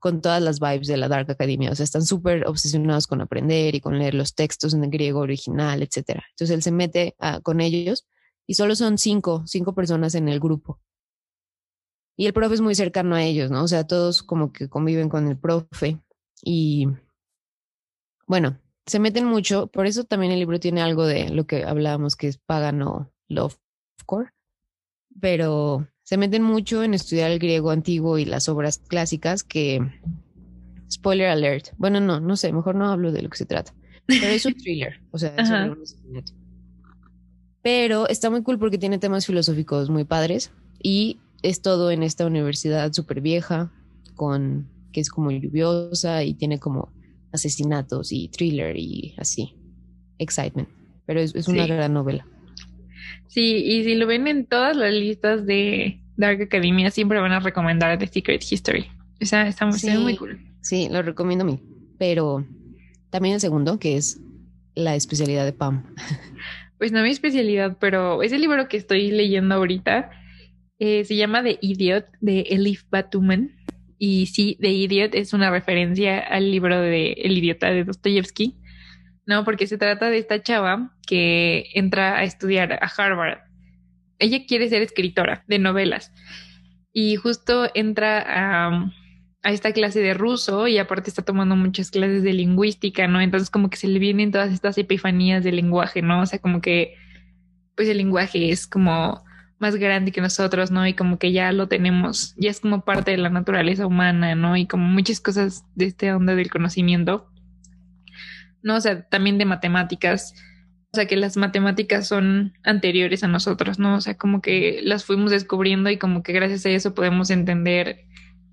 con todas las vibes de la Dark Academia. O sea, están súper obsesionados con aprender y con leer los textos en el griego original, etcétera. Entonces él se mete con ellos y solo son cinco personas en el grupo. Y el profe es muy cercano a ellos, ¿no? O sea, todos como que conviven con el profe y bueno, se meten mucho. Por eso también el libro tiene algo de lo que hablábamos que es Pagano Lovecore, pero se meten mucho en estudiar el griego antiguo y las obras clásicas que, spoiler alert, bueno, no sé, mejor no hablo de lo que se trata, pero es un thriller, o sea, es sobre un asesinato. Pero está muy cool porque tiene temas filosóficos muy padres y es todo en esta universidad súper vieja, que es como lluviosa y tiene como asesinatos y thriller y así, excitement, pero es una gran novela. Sí, y si lo ven en todas las listas de Dark Academia, siempre van a recomendar The Secret History. O sea, está muy cool. Sí, lo recomiendo a mí. Pero también el segundo, que es la especialidad de Pam. Pues no mi especialidad, pero es el libro que estoy leyendo ahorita. Se llama The Idiot, de Elif Batuman. Y sí, The Idiot es una referencia al libro de El Idiota de Dostoyevsky. No, porque se trata de esta chava que entra a estudiar a Harvard. Ella quiere ser escritora de novelas y justo entra a esta clase de ruso y aparte está tomando muchas clases de lingüística, ¿no? Entonces como que se le vienen todas estas epifanías del lenguaje, ¿no? O sea, como que pues el lenguaje es como más grande que nosotros, ¿no? Y como que ya lo tenemos, ya es como parte de la naturaleza humana, ¿no? Y como muchas cosas de esta onda del conocimiento. ¿No? O sea, también de matemáticas, o sea, que las matemáticas son anteriores a nosotros, ¿no? O sea, como que las fuimos descubriendo y como que gracias a eso podemos entender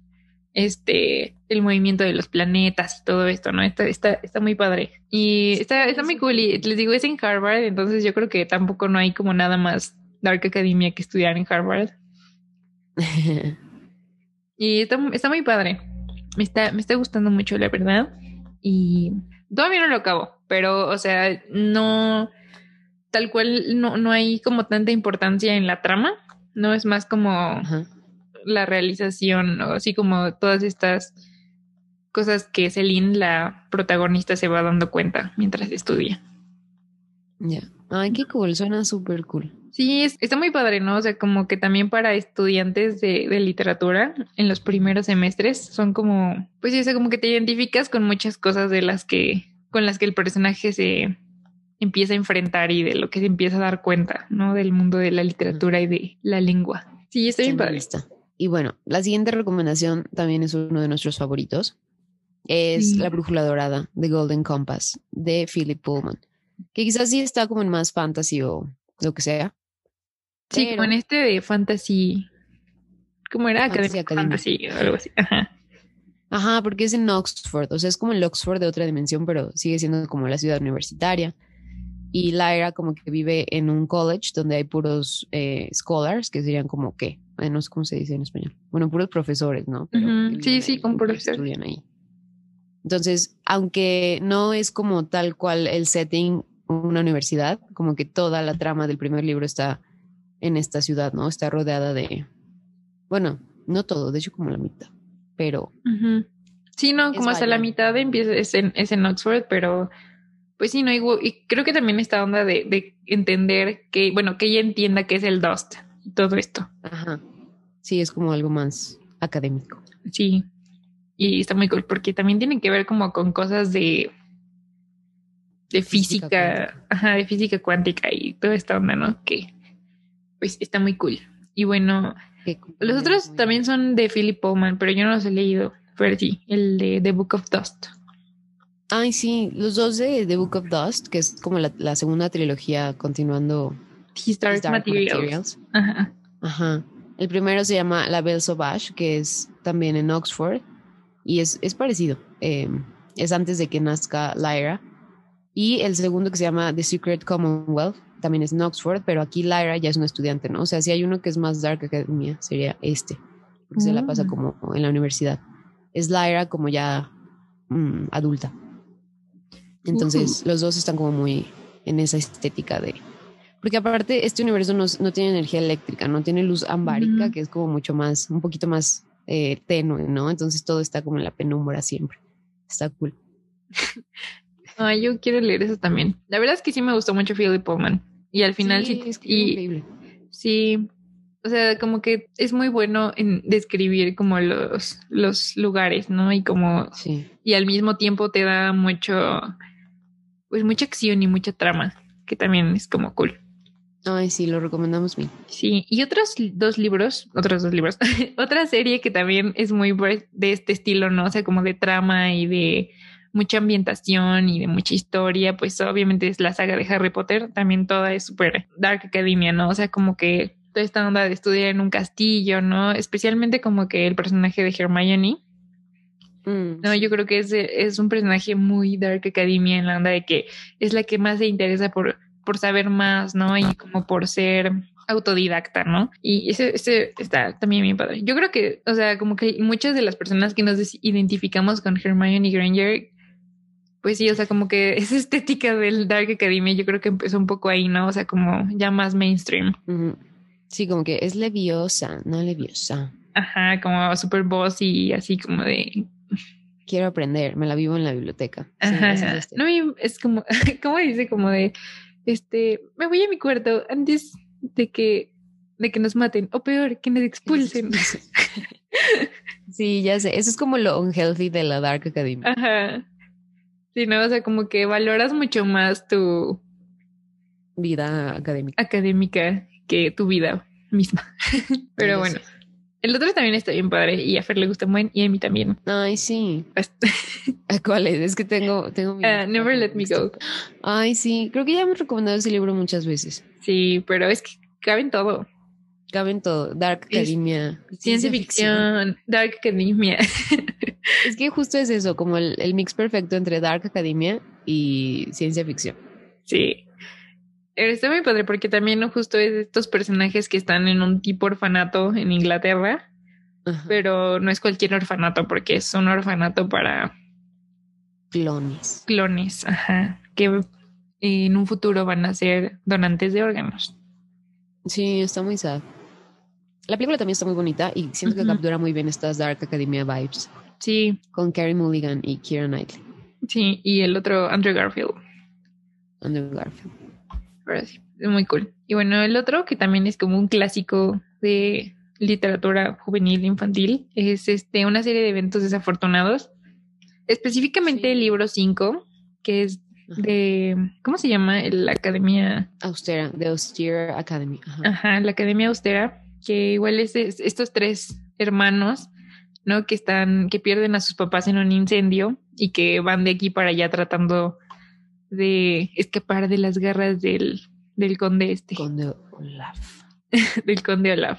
el movimiento de los planetas y todo esto, ¿no? Está muy padre. Y está muy cool. Y les digo, es en Harvard, entonces yo creo que tampoco no hay como nada más Dark Academia que estudiar en Harvard. Y está muy padre. Me está gustando mucho, la verdad. Y todavía no lo acabo, pero, o sea, no, tal cual, no hay como tanta importancia en la trama, no es más como la realización, o así como todas estas cosas que Celine, la protagonista, se va dando cuenta mientras estudia. Ya. Ay, qué cool, suena súper cool. Sí, está muy padre, ¿no? O sea, como que también para estudiantes de literatura en los primeros semestres son como, pues, o sea, como que te identificas con muchas cosas con las que el personaje se empieza a enfrentar y de lo que se empieza a dar cuenta, ¿no? Del mundo de la literatura y de la lengua. Sí, está bien padre. Y bueno, la siguiente recomendación también es uno de nuestros favoritos. Es La Brújula Dorada, The Golden Compass, de Philip Pullman. Que quizás sí está como en más fantasy o lo que sea. Sí, como en de fantasy. ¿Cómo era? Academia. Fantasy o algo así. Ajá, porque es en Oxford. O sea, es como el Oxford de otra dimensión, pero sigue siendo como la ciudad universitaria. Y Lyra como que vive en un college donde hay puros scholars, que serían como ¿qué? No sé cómo se dice en español. Bueno, puros profesores, ¿no? Pero sí, con profesores. Estudian ahí. Entonces, aunque no es como tal cual el setting una universidad, como que toda la trama del primer libro está en esta ciudad, ¿no? Está rodeada de, bueno, no todo, de hecho como la mitad, pero... Sí, no, como hasta la mitad empieza, es en Oxford, pero pues sí, no, y creo que también esta onda de entender que, bueno, que ella entienda que es el Dust y todo esto. Ajá, sí, es como algo más académico. Sí, y está muy cool porque también tiene que ver como con cosas de física, de física cuántica y toda esta onda, ¿no? Que pues está muy cool. Y bueno, los otros también son de Philip Pullman, pero yo no los he leído. Pero sí, el de The Book of Dust. Ay, sí, los dos de The Book of Dust, que es como la segunda trilogía continuando His Dark Materials. Ajá. El primero se llama La Belle Sauvage, que es también en Oxford, y es parecido. Es antes de que nazca Lyra. Y el segundo que se llama The Secret Commonwealth, también es en Oxford, pero aquí Lyra ya es una estudiante, ¿no? O sea, si hay uno que es más Dark Academia, sería porque se la pasa como en la universidad. Es Lyra como ya adulta. Entonces, los dos están como muy en esa estética de... Porque aparte, este universo no tiene energía eléctrica, no tiene luz ambárica, que es como mucho más, un poquito más tenue, ¿no? Entonces todo está como en la penumbra siempre. Está cool. Ay, yo quiero leer eso también. La verdad es que sí me gustó mucho Philip Pullman. Y al final sí, es increíble. sí, o sea, como que es muy bueno en describir como los lugares, ¿no? Y como, Sí. y al mismo tiempo te da pues mucha acción y mucha trama, que también es como cool. Ay, sí, lo recomendamos bien. Sí, y otros dos libros, otra serie que también es muy de este estilo, ¿no? O sea, como de trama y de mucha ambientación y de mucha historia, pues obviamente es la saga de Harry Potter, también toda es súper Dark Academia, ¿no? O sea, como que toda esta onda de estudiar en un castillo, ¿no? Especialmente como que el personaje de Hermione. No, Sí. yo creo que es un personaje muy Dark Academia en la onda de que es la que más se interesa por saber más, ¿no? Y como por ser autodidacta, ¿no? Y ese está también bien padre. Yo creo que, o sea, como que muchas de las personas que nos identificamos con Hermione Granger, pues sí, o sea, como que esa estética del Dark Academia, yo creo que empezó un poco ahí, ¿no? O sea, como ya más mainstream. Sí, como que es leviosa, no leviosa. Ajá, como super boss y así como de... Quiero aprender, me la vivo en la biblioteca. Sí, Ajá, esa es no, es como, ¿cómo dice? Como de, me voy a mi cuarto antes de que nos maten, o peor, que nos expulsen. Sí, ya sé, eso es como lo unhealthy de la Dark Academy. Ajá. Sí, no, o sea, como que valoras mucho más tu Vida académica. académica que tu vida misma. Pero bueno, Sé. el otro también está bien padre y a Fer le gusta muy y a mí también. Ay, sí. ¿Cuál es? Es que tengo mi lista Never Let Me Go. Ay, sí, creo que ya hemos recomendado ese libro muchas veces. Sí, pero es que cabe en todo. Cabe en todo, Dark Academia, Ciencia ficción, Dark Academia. Es que justo es eso, como el mix perfecto entre Dark Academia y ciencia ficción. Sí. Está muy padre porque también justo es de estos personajes que están en un tipo orfanato en Inglaterra, Ajá. pero no es cualquier orfanato porque es un orfanato para clones, ajá, que en un futuro van a ser donantes de órganos. Sí, está muy sad. La película también está muy bonita y siento que captura muy bien estas Dark Academia vibes. Sí. Con Carey Mulligan y Keira Knightley. Sí, y el otro, Andrew Garfield. Andrew Garfield. Pero sí, es muy cool. Y bueno, el otro que también es como un clásico de literatura juvenil infantil es una serie de eventos desafortunados. Específicamente el libro 5, que es de, ¿cómo se llama? La Academia Austera, The Austere Academy. Ajá, la Academia Austera, que igual es estos tres hermanos, ¿no? Que pierden a sus papás en un incendio y que van de aquí para allá tratando de escapar de las garras del conde Conde Olaf. del conde Olaf.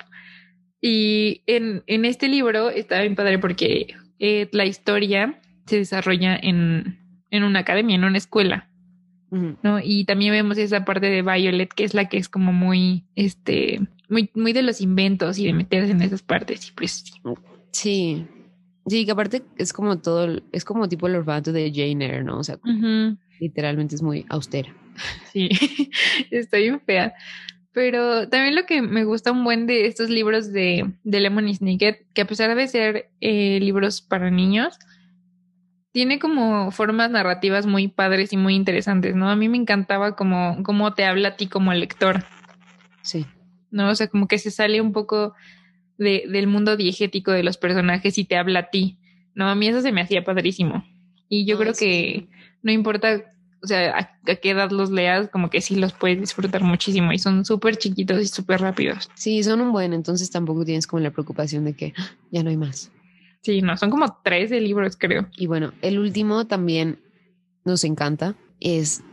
Y en este libro está bien padre porque la historia se desarrolla en una academia, en una escuela, ¿no? Y también vemos esa parte de Violet, que es la que es como muy, muy de los inventos y de meterse en esas partes. Y pues sí. Sí, que aparte es como es como tipo el orfanato de Jane Eyre, ¿no? O sea, literalmente es muy austera. Sí, está bien fea. Pero también lo que me gusta un buen de estos libros de Lemony Snicket, que a pesar de ser libros para niños, tiene como formas narrativas muy padres y muy interesantes, ¿no? A mí me encantaba cómo te habla a ti como lector. Sí. ¿No? O sea, como que se sale un poco del mundo diegético de los personajes y te habla a ti, ¿no? A mí eso se me hacía padrísimo. Y yo creo que no importa, o sea, a qué edad los leas, como que sí los puedes disfrutar muchísimo y son súper chiquitos y súper rápidos. Sí, son un buen, entonces tampoco tienes como la preocupación de que ya no hay más. Sí, no, son como 13 libros, creo. Y bueno, el último también nos encanta, es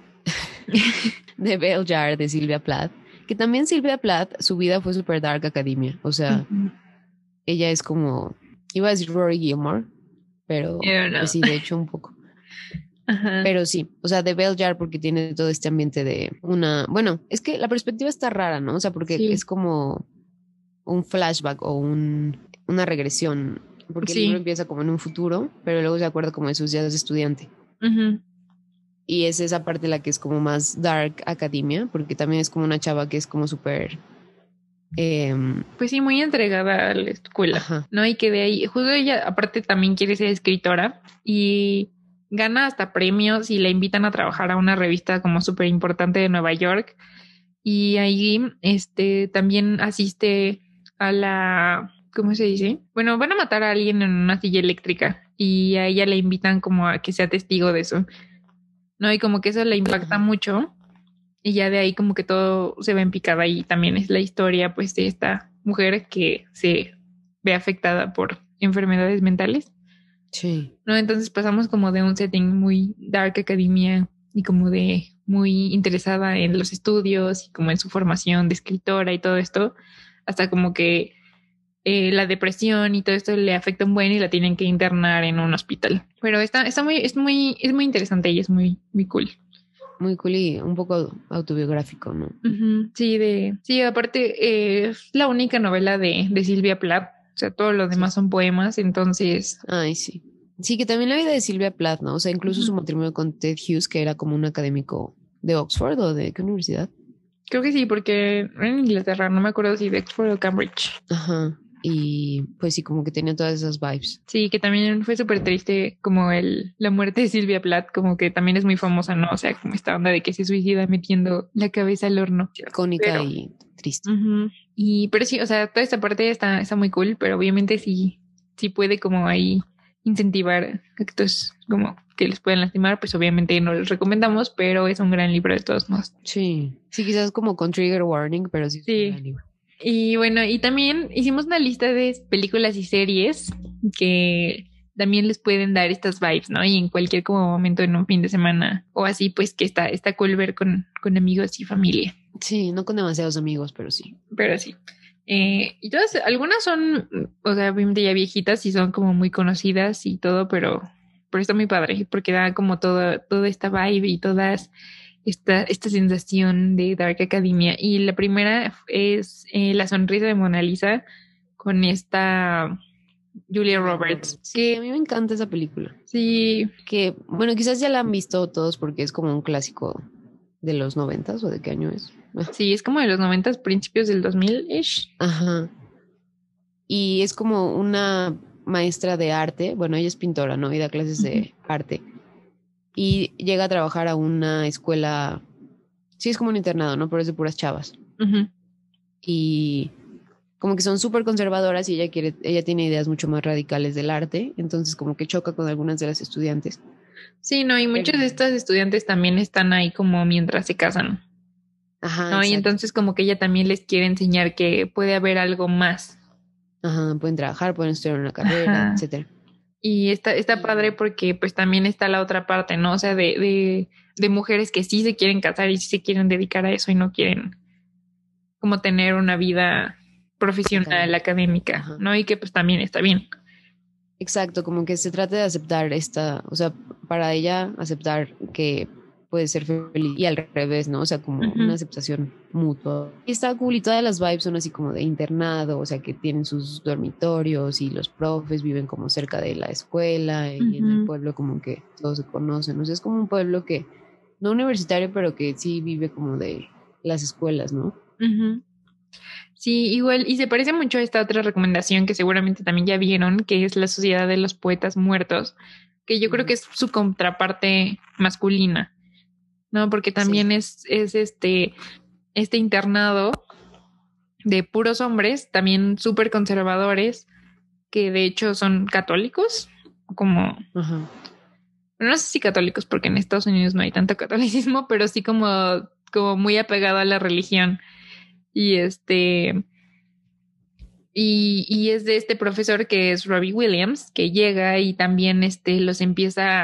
The Bell Jar de Sylvia Plath, que también Sylvia Plath, su vida fue super dark academia, o sea, ella es como, iba a decir Rory Gilmore, pero pues sí, de hecho un poco. Ajá. Pero sí, o sea, The Bell Jar porque tiene todo este ambiente de bueno, es que la perspectiva está rara, ¿no? O sea, porque es como un flashback o una regresión, porque el libro empieza como en un futuro, pero luego se acuerda como de sus días de estudiante. Y es esa parte la que es como más dark academia, porque también es como una chava que es como súper Pues sí, muy entregada a la escuela, Ajá. ¿no? Y que de ahí, justo ella aparte también quiere ser escritora y gana hasta premios y la invitan a trabajar a una revista como súper importante de Nueva York. Y ahí, también asiste a la, ¿cómo se dice? Bueno, van a matar a alguien en una silla eléctrica y a ella le invitan como a que sea testigo de eso, ¿no? Y como que eso le impacta Ajá. mucho y ya de ahí como que todo se ve en picada y también es la historia pues de esta mujer que se ve afectada por enfermedades mentales, Sí. ¿no? Entonces pasamos como de un setting muy dark academia y como de muy interesada en los estudios y como en su formación de escritora y todo esto, hasta como que la depresión y todo esto le afecta un buen y la tienen que internar en un hospital. Pero es muy interesante y es muy, muy cool. Muy cool y un poco autobiográfico, ¿no? Ujú, sí, aparte es la única novela de Silvia Plath, o sea, todo lo Sí. demás son poemas, entonces, Ay, sí. Sí, que también la vida de Silvia Plath, ¿no? O sea, incluso su ujú, matrimonio con Ted Hughes, que era como un académico de Oxford o de qué universidad. creo que sí, porque en Inglaterra, no me acuerdo si de Oxford o Cambridge. Ajá. Y pues sí, como que tenía todas esas vibes. Sí, que también fue súper triste como la muerte de Silvia Plath, como que también es muy famosa, ¿no? O sea, como esta onda de que se suicida metiendo la cabeza al horno. Icónica Pero, y triste. ujú, pero sí, o sea, toda esta parte está muy cool, pero obviamente sí puede como ahí incentivar actos como que les pueden lastimar, pues obviamente no les recomendamos, pero es un gran libro de todos modos. Sí. Sí, quizás como con trigger warning, pero sí es un gran Sí, libro. y bueno, y también hicimos una lista de películas y series que también les pueden dar estas vibes, ¿no? Y en cualquier como momento en un fin de semana o así, pues que está cool ver con amigos y familia. Sí, no con demasiados amigos, pero sí. Pero sí. Y todas, algunas son, o sea, obviamente ya viejitas y son como muy conocidas y todo, pero está muy padre porque da como toda esta vibe y todas esta sensación de Dark Academia. Y la primera es La sonrisa de Mona Lisa con esta Julia Julia Roberts, Roberts. Sí, a que mí me encanta esa película. sí, Que, bueno, quizás ya la han visto todos porque es como un clásico de los 90s o de qué año es. sí, es como de los 90, principios del 2000-ish. Ajá. Y es como una maestra de arte, bueno, ella es pintora, ¿no? Y da clases Ujú, de arte. Y llega a trabajar a una escuela, sí, es como un internado, ¿no? Pero es de puras chavas. ujú. Y como que son súper conservadoras y ella tiene ideas mucho más radicales del arte, entonces como que choca con algunas de las estudiantes. Sí, no, y Pero, muchos de estos estudiantes también están ahí como mientras se casan. ajá, ¿No? Y exacto. entonces como que ella también les quiere enseñar que puede haber algo más. Ajá, pueden trabajar, pueden estudiar una carrera, Ajá. etcétera. Y está padre Y porque pues también está la otra parte, ¿no? O sea, de mujeres que sí se quieren casar y sí se quieren dedicar a eso y no quieren como tener una vida profesional, académica. académica, Ajá. ¿no? Y que pues también está bien. Exacto, como que se trata de aceptar o sea, para ella aceptar que puede ser feliz y al revés, ¿no? O sea, como una Ujú, aceptación mutua. Y está cool y todas las vibes son así como de internado, o sea, que tienen sus dormitorios y los profes viven como cerca de la escuela y en el ujú, pueblo como que todos se conocen, o sea, es como un pueblo que, no universitario, pero que sí vive como de las escuelas, ¿no? ujú. Sí, igual, y se parece mucho a esta otra recomendación que seguramente también ya vieron, que es La Sociedad de los Poetas Muertos, que yo creo que Ujú. es su contraparte masculina, ¿no? Porque también Sí. es este internado de puros hombres, también súper conservadores, que de hecho son católicos, como, Ajá. no sé si católicos, porque en Estados Unidos no hay tanto catolicismo, pero sí como muy apegado a la religión. Y y es de este profesor que es Robbie Williams, que llega y también los empieza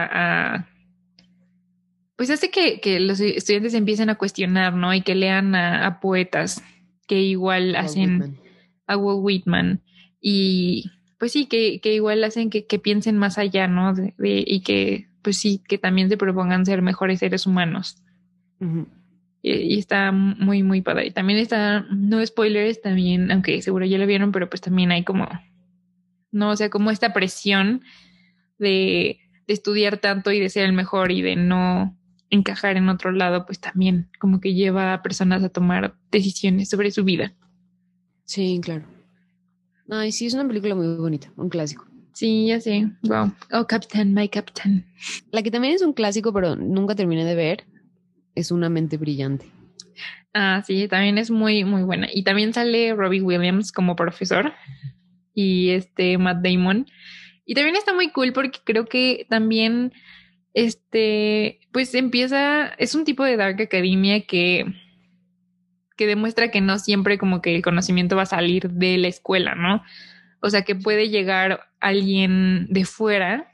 pues hace que los estudiantes empiecen a cuestionar, ¿no? Y que lean a poetas que igual Walt hacen Whitman. a Walt Whitman y pues sí, que igual hacen que piensen más allá, ¿no? Y que pues sí, que también se propongan ser mejores seres humanos. Ujú. Y está muy, muy padre. Y también está, no spoilers, también, aunque seguro ya lo vieron, pero pues también hay como, no, o sea, como esta presión de estudiar tanto y de ser el mejor y de no encajar en otro lado, pues también como que lleva a personas a tomar decisiones sobre su vida. Sí, claro. Ay, sí, es una película muy bonita, un clásico. Sí, ya sé. Wow. Oh, Captain, my Captain. La que también es un clásico, pero nunca terminé de ver, es Una mente brillante. Ah, sí, también es muy, muy buena. Y también sale Robbie Williams como profesor y Matt Damon. Y también está muy cool porque creo que también, pues empieza, es un tipo de Dark Academia que demuestra que no siempre como que el conocimiento va a salir de la escuela, ¿no? O sea, que puede llegar alguien de fuera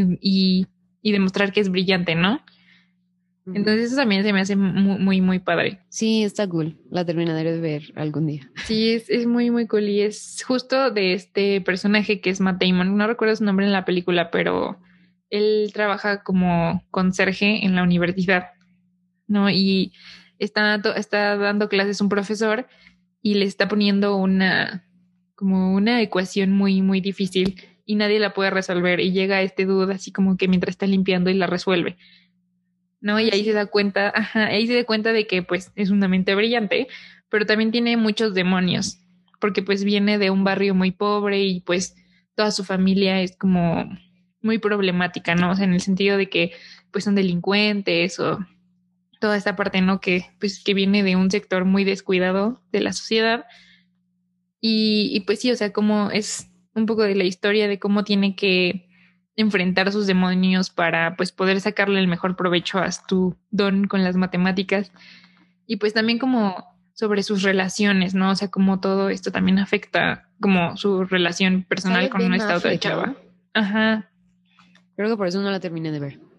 y demostrar que es brillante, ¿no? Entonces eso también se me hace muy, muy, muy padre. Sí, está cool. La terminaré de ver algún día. Sí, es muy, muy cool y es justo de este personaje que es Matt Damon. No recuerdo su nombre en la película, pero él trabaja como conserje en la universidad, ¿no? Y está dando clases un profesor y le está poniendo como una ecuación muy, muy difícil y nadie la puede resolver y llega este dude así como que mientras está limpiando y la resuelve. ¿No? Y ahí se Sí. da cuenta, ajá, ahí se da cuenta de que pues es una mente brillante, pero también tiene muchos demonios, porque pues viene de un barrio muy pobre y pues toda su familia es como muy problemática, ¿no? O sea, en el sentido de que pues son delincuentes o toda esta parte, ¿no? Que pues que viene de un sector muy descuidado de la sociedad y pues sí, o sea, como es un poco de la historia de cómo tiene que enfrentar sus demonios para pues poder sacarle el mejor provecho a su don con las matemáticas y pues también como sobre sus relaciones, ¿no? O sea, como todo esto también afecta como su relación personal Sale con Ben esta otra Affleck, ¿no? chava. Ajá. Creo que por eso no la terminé de ver.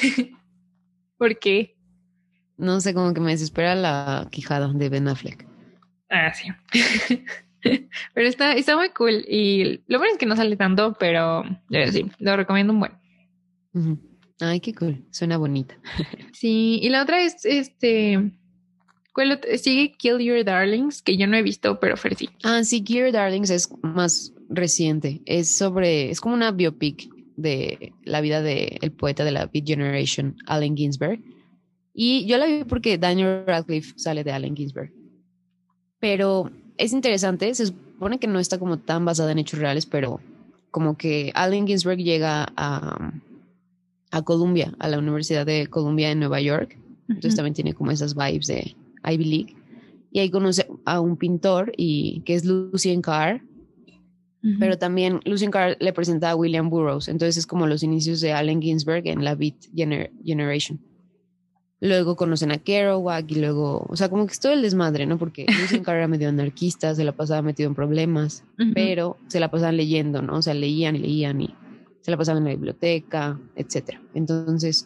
¿Por qué? No sé, como que me desespera la quijada de Ben Affleck. Ah, sí. Pero está muy cool y lo bueno es que no sale tanto, pero sí, lo recomiendo un buen. Ujú. Ay, qué cool. Suena bonita. Sí, y la otra es sigue Kill Your Darlings, que yo no he visto, pero Fer sí. Ah, sí, Dear Darlings es más reciente. Es como una biopic de la vida del poeta de la Beat Generation, Allen Ginsberg. Y yo la vi porque Daniel Radcliffe sale de Allen Ginsberg. Pero es interesante, se supone que no está como tan basada en hechos reales, pero como que Allen Ginsberg llega a Columbia, a la Universidad de Columbia en Nueva York. Entonces también tiene como esas vibes de Ivy League. Y ahí conoce a un pintor y que es Lucien Carr, pero también Lucien Carr le presenta a William Burroughs. Entonces es como los inicios de Allen Ginsberg en la Beat Generation. Luego conocen a Kerouac y luego, o sea, como que es todo el desmadre, ¿no? Porque Lucien Carr era medio anarquista, se la pasaba metido en problemas, pero se la pasaban leyendo, ¿no? O sea, leían y leían y se la pasaban en la biblioteca, etcétera. Entonces,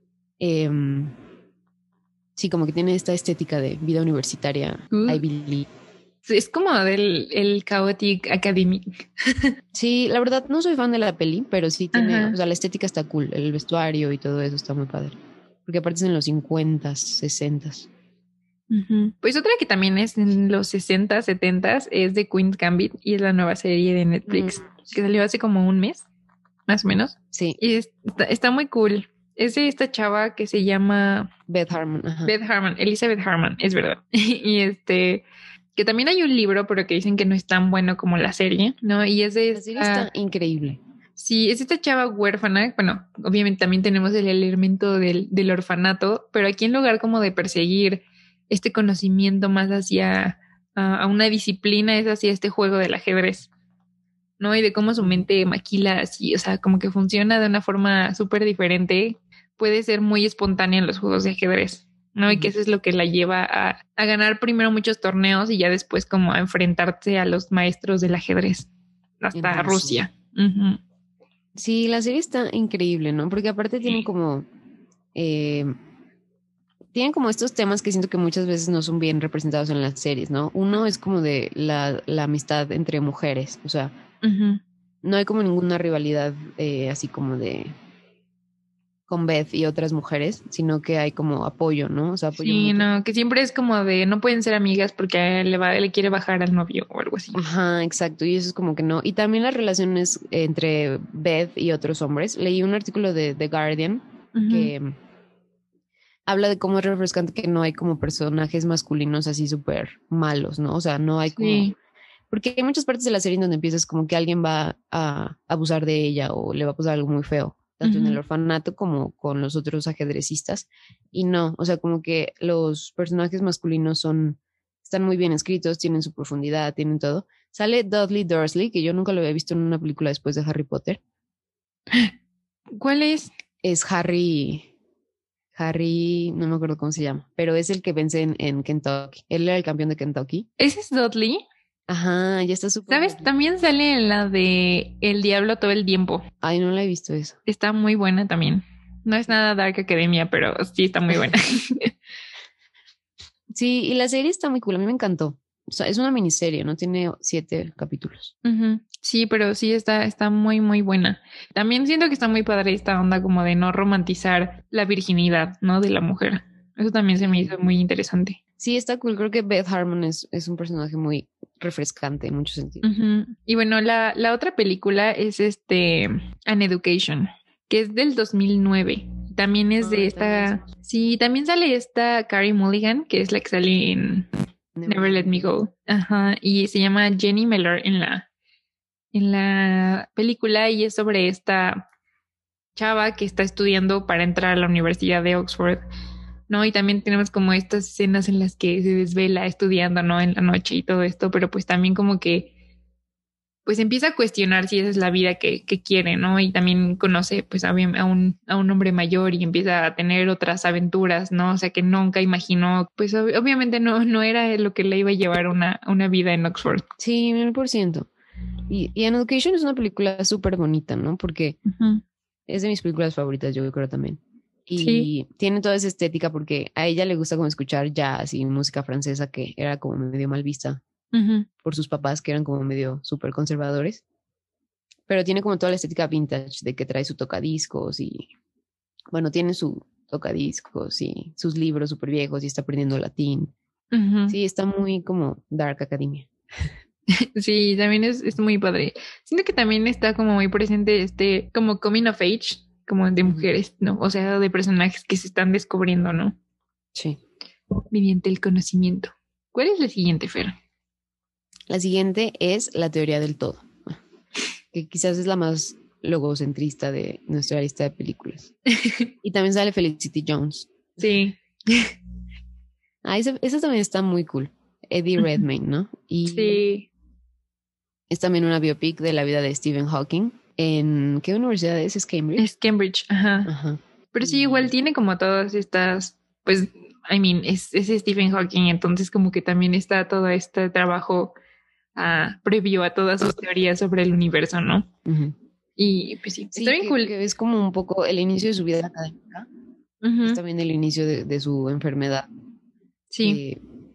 sí, como que tiene esta estética de vida universitaria, Ivy League. Es como del el Chaotic Academic. Sí, la verdad no soy fan de la peli, pero sí tiene, Ajá. o sea, la estética está cool, el vestuario y todo eso está muy padre. Porque aparte es en los 50, 60. Pues otra que también es en los 60, 70 es de Queen's Gambit y es la nueva serie de Netflix que salió hace como un mes, más o menos. Sí. Y está muy cool. Es de esta chava que se llama Beth Harmon, ajá. Beth Harmon, Elizabeth Harmon, es verdad. Y que también hay un libro, pero que dicen que no es tan bueno como la serie, ¿no? Y es de La serie está increíble. sí, es esta chava huérfana. Bueno, obviamente también tenemos el elemento del orfanato, pero aquí en lugar como de perseguir este conocimiento más hacia a una disciplina, es hacia este juego del ajedrez, ¿no? Y de cómo su mente maquila así, o sea, como que funciona de una forma súper diferente, puede ser muy espontánea en los juegos de ajedrez, ¿no? Y que eso es lo que la lleva a ganar primero muchos torneos y ya después como a enfrentarse a los maestros del ajedrez, hasta Rusia. Sí, la serie está increíble, ¿no? Porque aparte tienen como estos temas que siento que muchas veces no son bien representados en las series, ¿no? Uno es como de la amistad entre mujeres, o sea, no hay como ninguna rivalidad así como de con Beth y otras mujeres, sino que hay como apoyo, ¿no? O sea, apoyo Sí, mutuo. no, que siempre es como de no pueden ser amigas porque a él le quiere bajar al novio o algo así. Ajá, exacto, y eso es como que no. Y también las relaciones entre Beth y otros hombres. Leí un artículo de The Guardian que habla de cómo es refrescante que no hay como personajes masculinos así súper malos, ¿no? O sea, no hay como Sí. Porque hay muchas partes de la serie en donde empiezas como que alguien va a abusar de ella o le va a pasar algo muy feo, tanto en el orfanato como con los otros ajedrecistas. Y no, o sea, como que los personajes masculinos están muy bien escritos, tienen su profundidad, tienen todo. Sale Dudley Dursley, que yo nunca lo había visto en una película después de Harry Potter. ¿Cuál es? Es Harry, no me acuerdo cómo se llama, pero es el que vence en Kentucky. Él era el campeón de Kentucky. ¿Ese es Dudley? Ajá, ya está súper. ¿Sabes? También sale en la de El Diablo todo el tiempo. Ay, no la he visto eso. Está muy buena también. No es nada Dark Academia, pero sí está muy buena. Sí, y la serie está muy cool, a mí me encantó. O sea, es una miniserie, ¿no? Tiene 7 capítulos. Sí, pero sí está muy, muy buena. También siento que está muy padre esta onda como de no romantizar la virginidad, ¿no? De la mujer. Eso también se me hizo muy interesante. Sí, está cool. Creo que Beth Harmon es un personaje muy refrescante en muchos sentidos. Y bueno, la otra película es An Education, que es del 2009. También es de esta... Sí, también sale esta Carey Mulligan, que es la que sale en Never Let Me Go. Ajá, y se llama Jenny Miller en la película y es sobre esta chava que está estudiando para entrar a la Universidad de Oxford, ¿no? Y también tenemos como estas escenas en las que se desvela estudiando, ¿no? En la noche y todo esto, pero pues también como que pues empieza a cuestionar si esa es la vida que quiere, ¿no? Y también conoce pues a un hombre mayor y empieza a tener otras aventuras, ¿no? O sea que nunca imaginó, pues obviamente no era lo que le iba a llevar una vida en Oxford. Sí, 1000%. Y An Education es una película súper bonita, ¿no? Porque es de mis películas favoritas, yo creo también. Y tiene toda esa estética porque a ella le gusta como escuchar jazz y música francesa que era como medio mal vista por sus papás que eran como medio súper conservadores. Pero tiene como toda la estética vintage de que trae su tocadiscos y, bueno, tiene su tocadiscos y sus libros súper viejos y está aprendiendo latín. Sí, está muy como Dark Academia. Sí, también es muy padre. Siento que también está como muy presente como coming of age, como de mujeres, ¿no? O sea, de personajes que se están descubriendo, ¿no? Sí. Mediante el conocimiento. ¿Cuál es la siguiente, Fer? La siguiente es La teoría del todo, que quizás es la más logocentrista de nuestra lista de películas. Y también sale Felicity Jones. Sí. Esa también está muy cool. Eddie Redmayne, ¿no? Y sí. Es también una biopic de la vida de Stephen Hawking. ¿En qué universidad es? ¿Es Cambridge? Es Cambridge, ajá. Pero sí, igual tiene como todas estas, pues, es Stephen Hawking, entonces como que también está todo este trabajo previo a todas sus teorías sobre el universo, ¿no? Y pues sí, está bien cool. Que es como un poco el inicio de su vida académica. Es también el inicio de su enfermedad. Sí.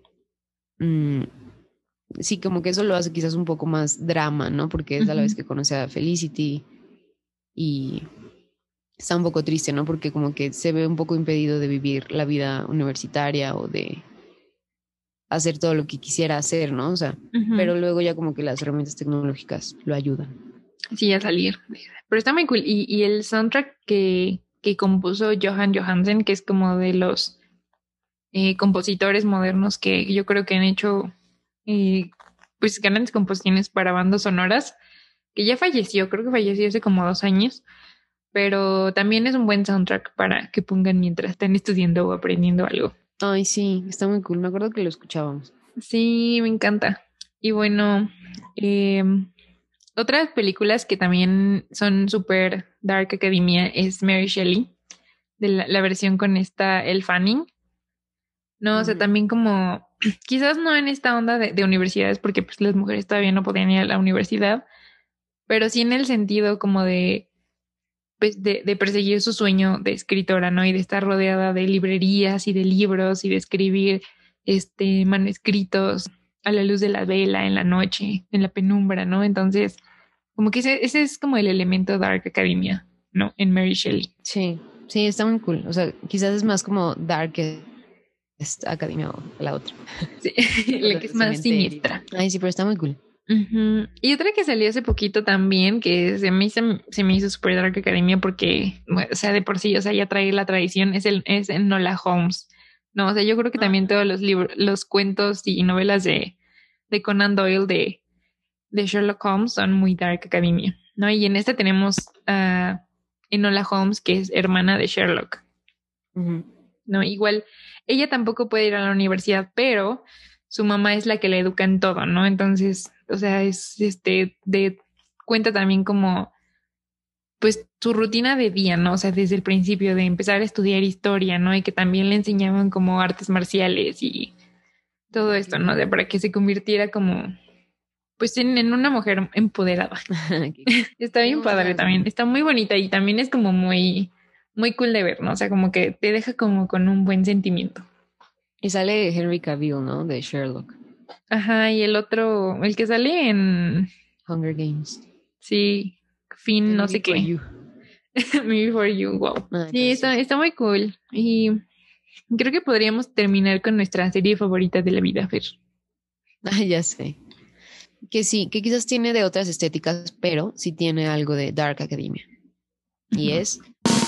Sí, como que eso lo hace quizás un poco más drama, ¿no? Porque es a la vez que conoce a Felicity y está un poco triste, ¿no? Porque como que se ve un poco impedido de vivir la vida universitaria o de hacer todo lo que quisiera hacer, ¿no? O sea, pero luego ya como que las herramientas tecnológicas lo ayudan. Sí, a salir. Pero está muy cool. Y el soundtrack que compuso Johan Johansen, que es como de los compositores modernos que yo creo que han hecho pues grandes composiciones para bandas sonoras, que ya falleció, creo que falleció hace como 2 años, pero también es un buen soundtrack para que pongan mientras están estudiando o aprendiendo algo. Ay, sí, está muy cool, me acuerdo que lo escuchábamos. Sí, me encanta. Y bueno, otras películas que también son súper Dark Academia es Mary Shelley, de la versión con Elle Fanning. No, o sea, también como, quizás no en esta onda de universidades, porque pues las mujeres todavía no podían ir a la universidad, pero sí en el sentido como pues de perseguir su sueño de escritora, ¿no? Y de estar rodeada de librerías y de libros y de escribir manuscritos a la luz de la vela en la noche, en la penumbra, ¿no? Entonces, como que ese es como el elemento Dark Academia, ¿no? En Mary Shelley. Sí, sí, está muy cool. O sea, quizás es más como Dark esta academia o la otra. Sí, la que es más siniestra. Ay, sí, pero está muy cool. Y otra que salió hace poquito también, que se me hizo super Dark Academia porque, bueno, o sea, de por sí, o sea, ya trae la tradición, es Enola Holmes. No, o sea, yo creo que también todos los libros, los cuentos y novelas de Conan Doyle de Sherlock Holmes son muy Dark Academia, ¿no? Y en esta tenemos a Enola Holmes, que es hermana de Sherlock, ¿no? Igual, ella tampoco puede ir a la universidad, pero su mamá es la que la educa en todo, ¿no? Entonces, o sea, es cuenta también como, pues, su rutina de día, ¿no? O sea, desde el principio de empezar a estudiar historia, ¿no? Y que también le enseñaban como artes marciales y todo esto, ¿no? Para que se convirtiera como, pues, en una mujer empoderada. Está bien padre también, está muy bonita y también es como muy, muy cool de ver, ¿no? O sea, como que te deja como con un buen sentimiento. Y sale Henry Cavill, ¿no? De Sherlock. Ajá, y el otro, el que sale en Hunger Games. Sí, Finn, no sé qué. Me Before You, wow. Sí, está muy cool. Y creo que podríamos terminar con nuestra serie favorita de la vida, Fer. Ya sé. Que sí, que quizás tiene de otras estéticas, pero sí tiene algo de Dark Academia. Y es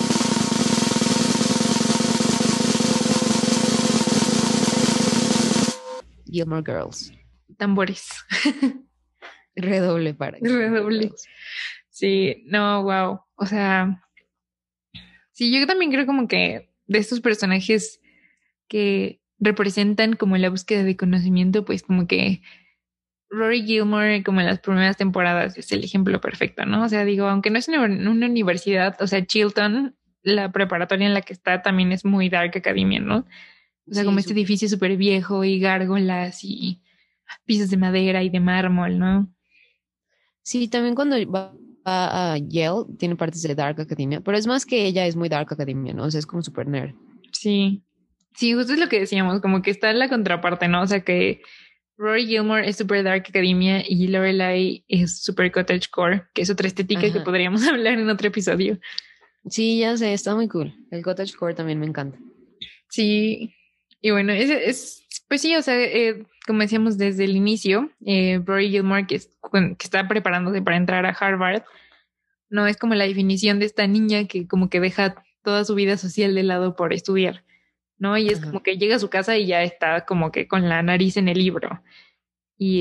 Gilmore Girls. Tambores. Redoble para Redoble. Sí, no, wow. O sea, sí, yo también creo como que de estos personajes que representan como la búsqueda de conocimiento, pues como que Rory Gilmore, como en las primeras temporadas, es el ejemplo perfecto, ¿no? O sea, digo, aunque no es una universidad, o sea, Chilton, la preparatoria en la que está, también es muy Dark Academia, ¿no? O sea, como este edificio súper viejo y gárgolas y pisos de madera y de mármol, ¿no? Sí, también cuando va a Yale tiene partes de Dark Academia, pero es más que ella es muy Dark Academia, ¿no? O sea, es como super nerd. Sí. Sí, justo es lo que decíamos, como que está en la contraparte, ¿no? O sea, que Rory Gilmore es super Dark Academia y Lorelai es super Cottagecore, que es otra estética que podríamos hablar en otro episodio. Sí, ya sé, está muy cool. El Cottagecore también me encanta. Sí, y bueno, pues sí, o sea, como decíamos desde el inicio, Rory Gilmore, que está preparándose para entrar a Harvard, no es como la definición de esta niña que como que deja toda su vida social de lado por estudiar, ¿no? Y es como que llega a su casa y ya está como que con la nariz en el libro. Y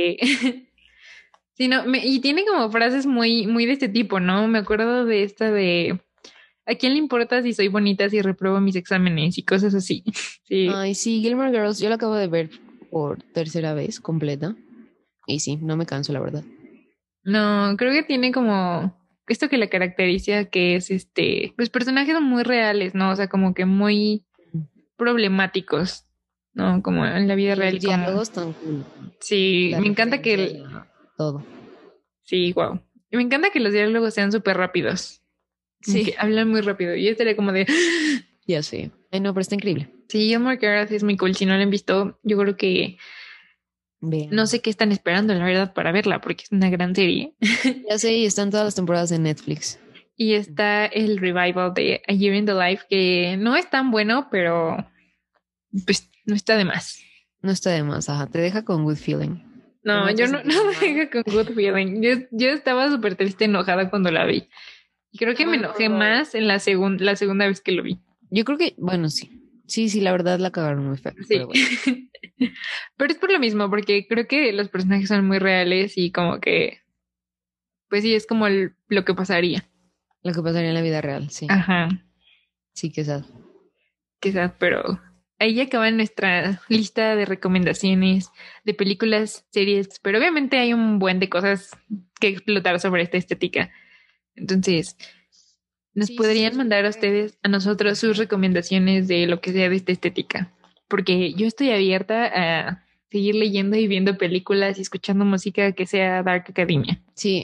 sí, no, y tiene como frases muy, muy de este tipo, ¿no? Me acuerdo de esta de ¿a quién le importa si soy bonita si repruebo mis exámenes y cosas así? Sí. Ay, sí, Gilmore Girls, yo la acabo de ver por tercera vez completa. Y sí, no me canso, la verdad. No, creo que tiene como esto que la caracteriza, que es pues personajes muy reales, ¿no? O sea, como que muy problemáticos, ¿no? Como en la vida real. Los diálogos tan cool. Sí, me encanta que todo. Sí, wow. Y me encanta que los diálogos sean súper rápidos. Sí. Que hablan muy rápido. Y estaría como de... Ya sé. Ay, no, pero está increíble. Sí, Gilmore Girls es muy cool. Si no la han visto, yo creo que... Vean. No sé qué están esperando, la verdad, para verla, porque es una gran serie. Ya sé, y están todas las temporadas en Netflix. Y está el revival de A Year in the Life, que no es tan bueno, pero pues no está de más. No está de más, ajá. Te deja con good feeling. No, yo no me deja con good feeling. Yo estaba súper triste, enojada cuando la vi. Y creo que me enojé más en la segunda vez que lo vi. Yo creo que, bueno, sí. Sí, la verdad la cagaron muy feo. Sí. Pero, bueno. Pero es por lo mismo, porque creo que los personajes son muy reales y como que, pues sí, es como lo que pasaría. Lo que pasaría en la vida real, sí. Ajá. Sí, quizás. Quizás, pero ahí acaba nuestra lista de recomendaciones de películas, series, pero obviamente hay un buen de cosas que explotar sobre esta estética. Entonces, nos podrían mandar a ustedes, a nosotros, sus recomendaciones de lo que sea de esta estética, porque yo estoy abierta a seguir leyendo y viendo películas y escuchando música que sea Dark Academia. Sí,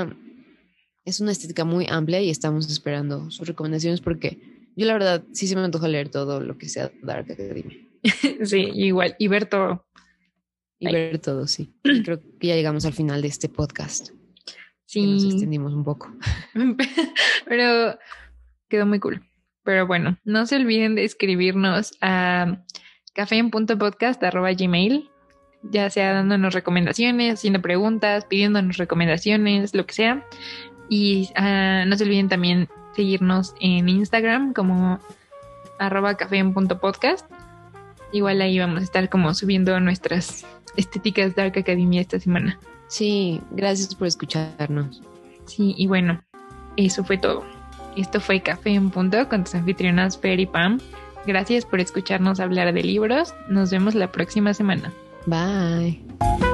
es una estética muy amplia y estamos esperando sus recomendaciones porque yo la verdad sí se me antoja leer todo lo que sea Dark Academia. Sí, igual, y ver todo. Y ver todo, sí. Creo que ya llegamos al final de este podcast. Sí. Que nos extendimos un poco. Pero quedó muy cool. Pero bueno, no se olviden de escribirnos a cafeen.podcast@gmail.com, ya sea dándonos recomendaciones, haciendo preguntas, pidiéndonos recomendaciones, lo que sea. Y no se olviden también seguirnos en Instagram como @cafeen.podcast. Igual ahí vamos a estar como subiendo nuestras estéticas Dark Academia esta semana. Sí, gracias por escucharnos. Sí, y bueno, eso fue todo. Esto fue Café en Punto con tus anfitrionas Fer y Pam. Gracias por escucharnos hablar de libros. Nos vemos la próxima semana. Bye.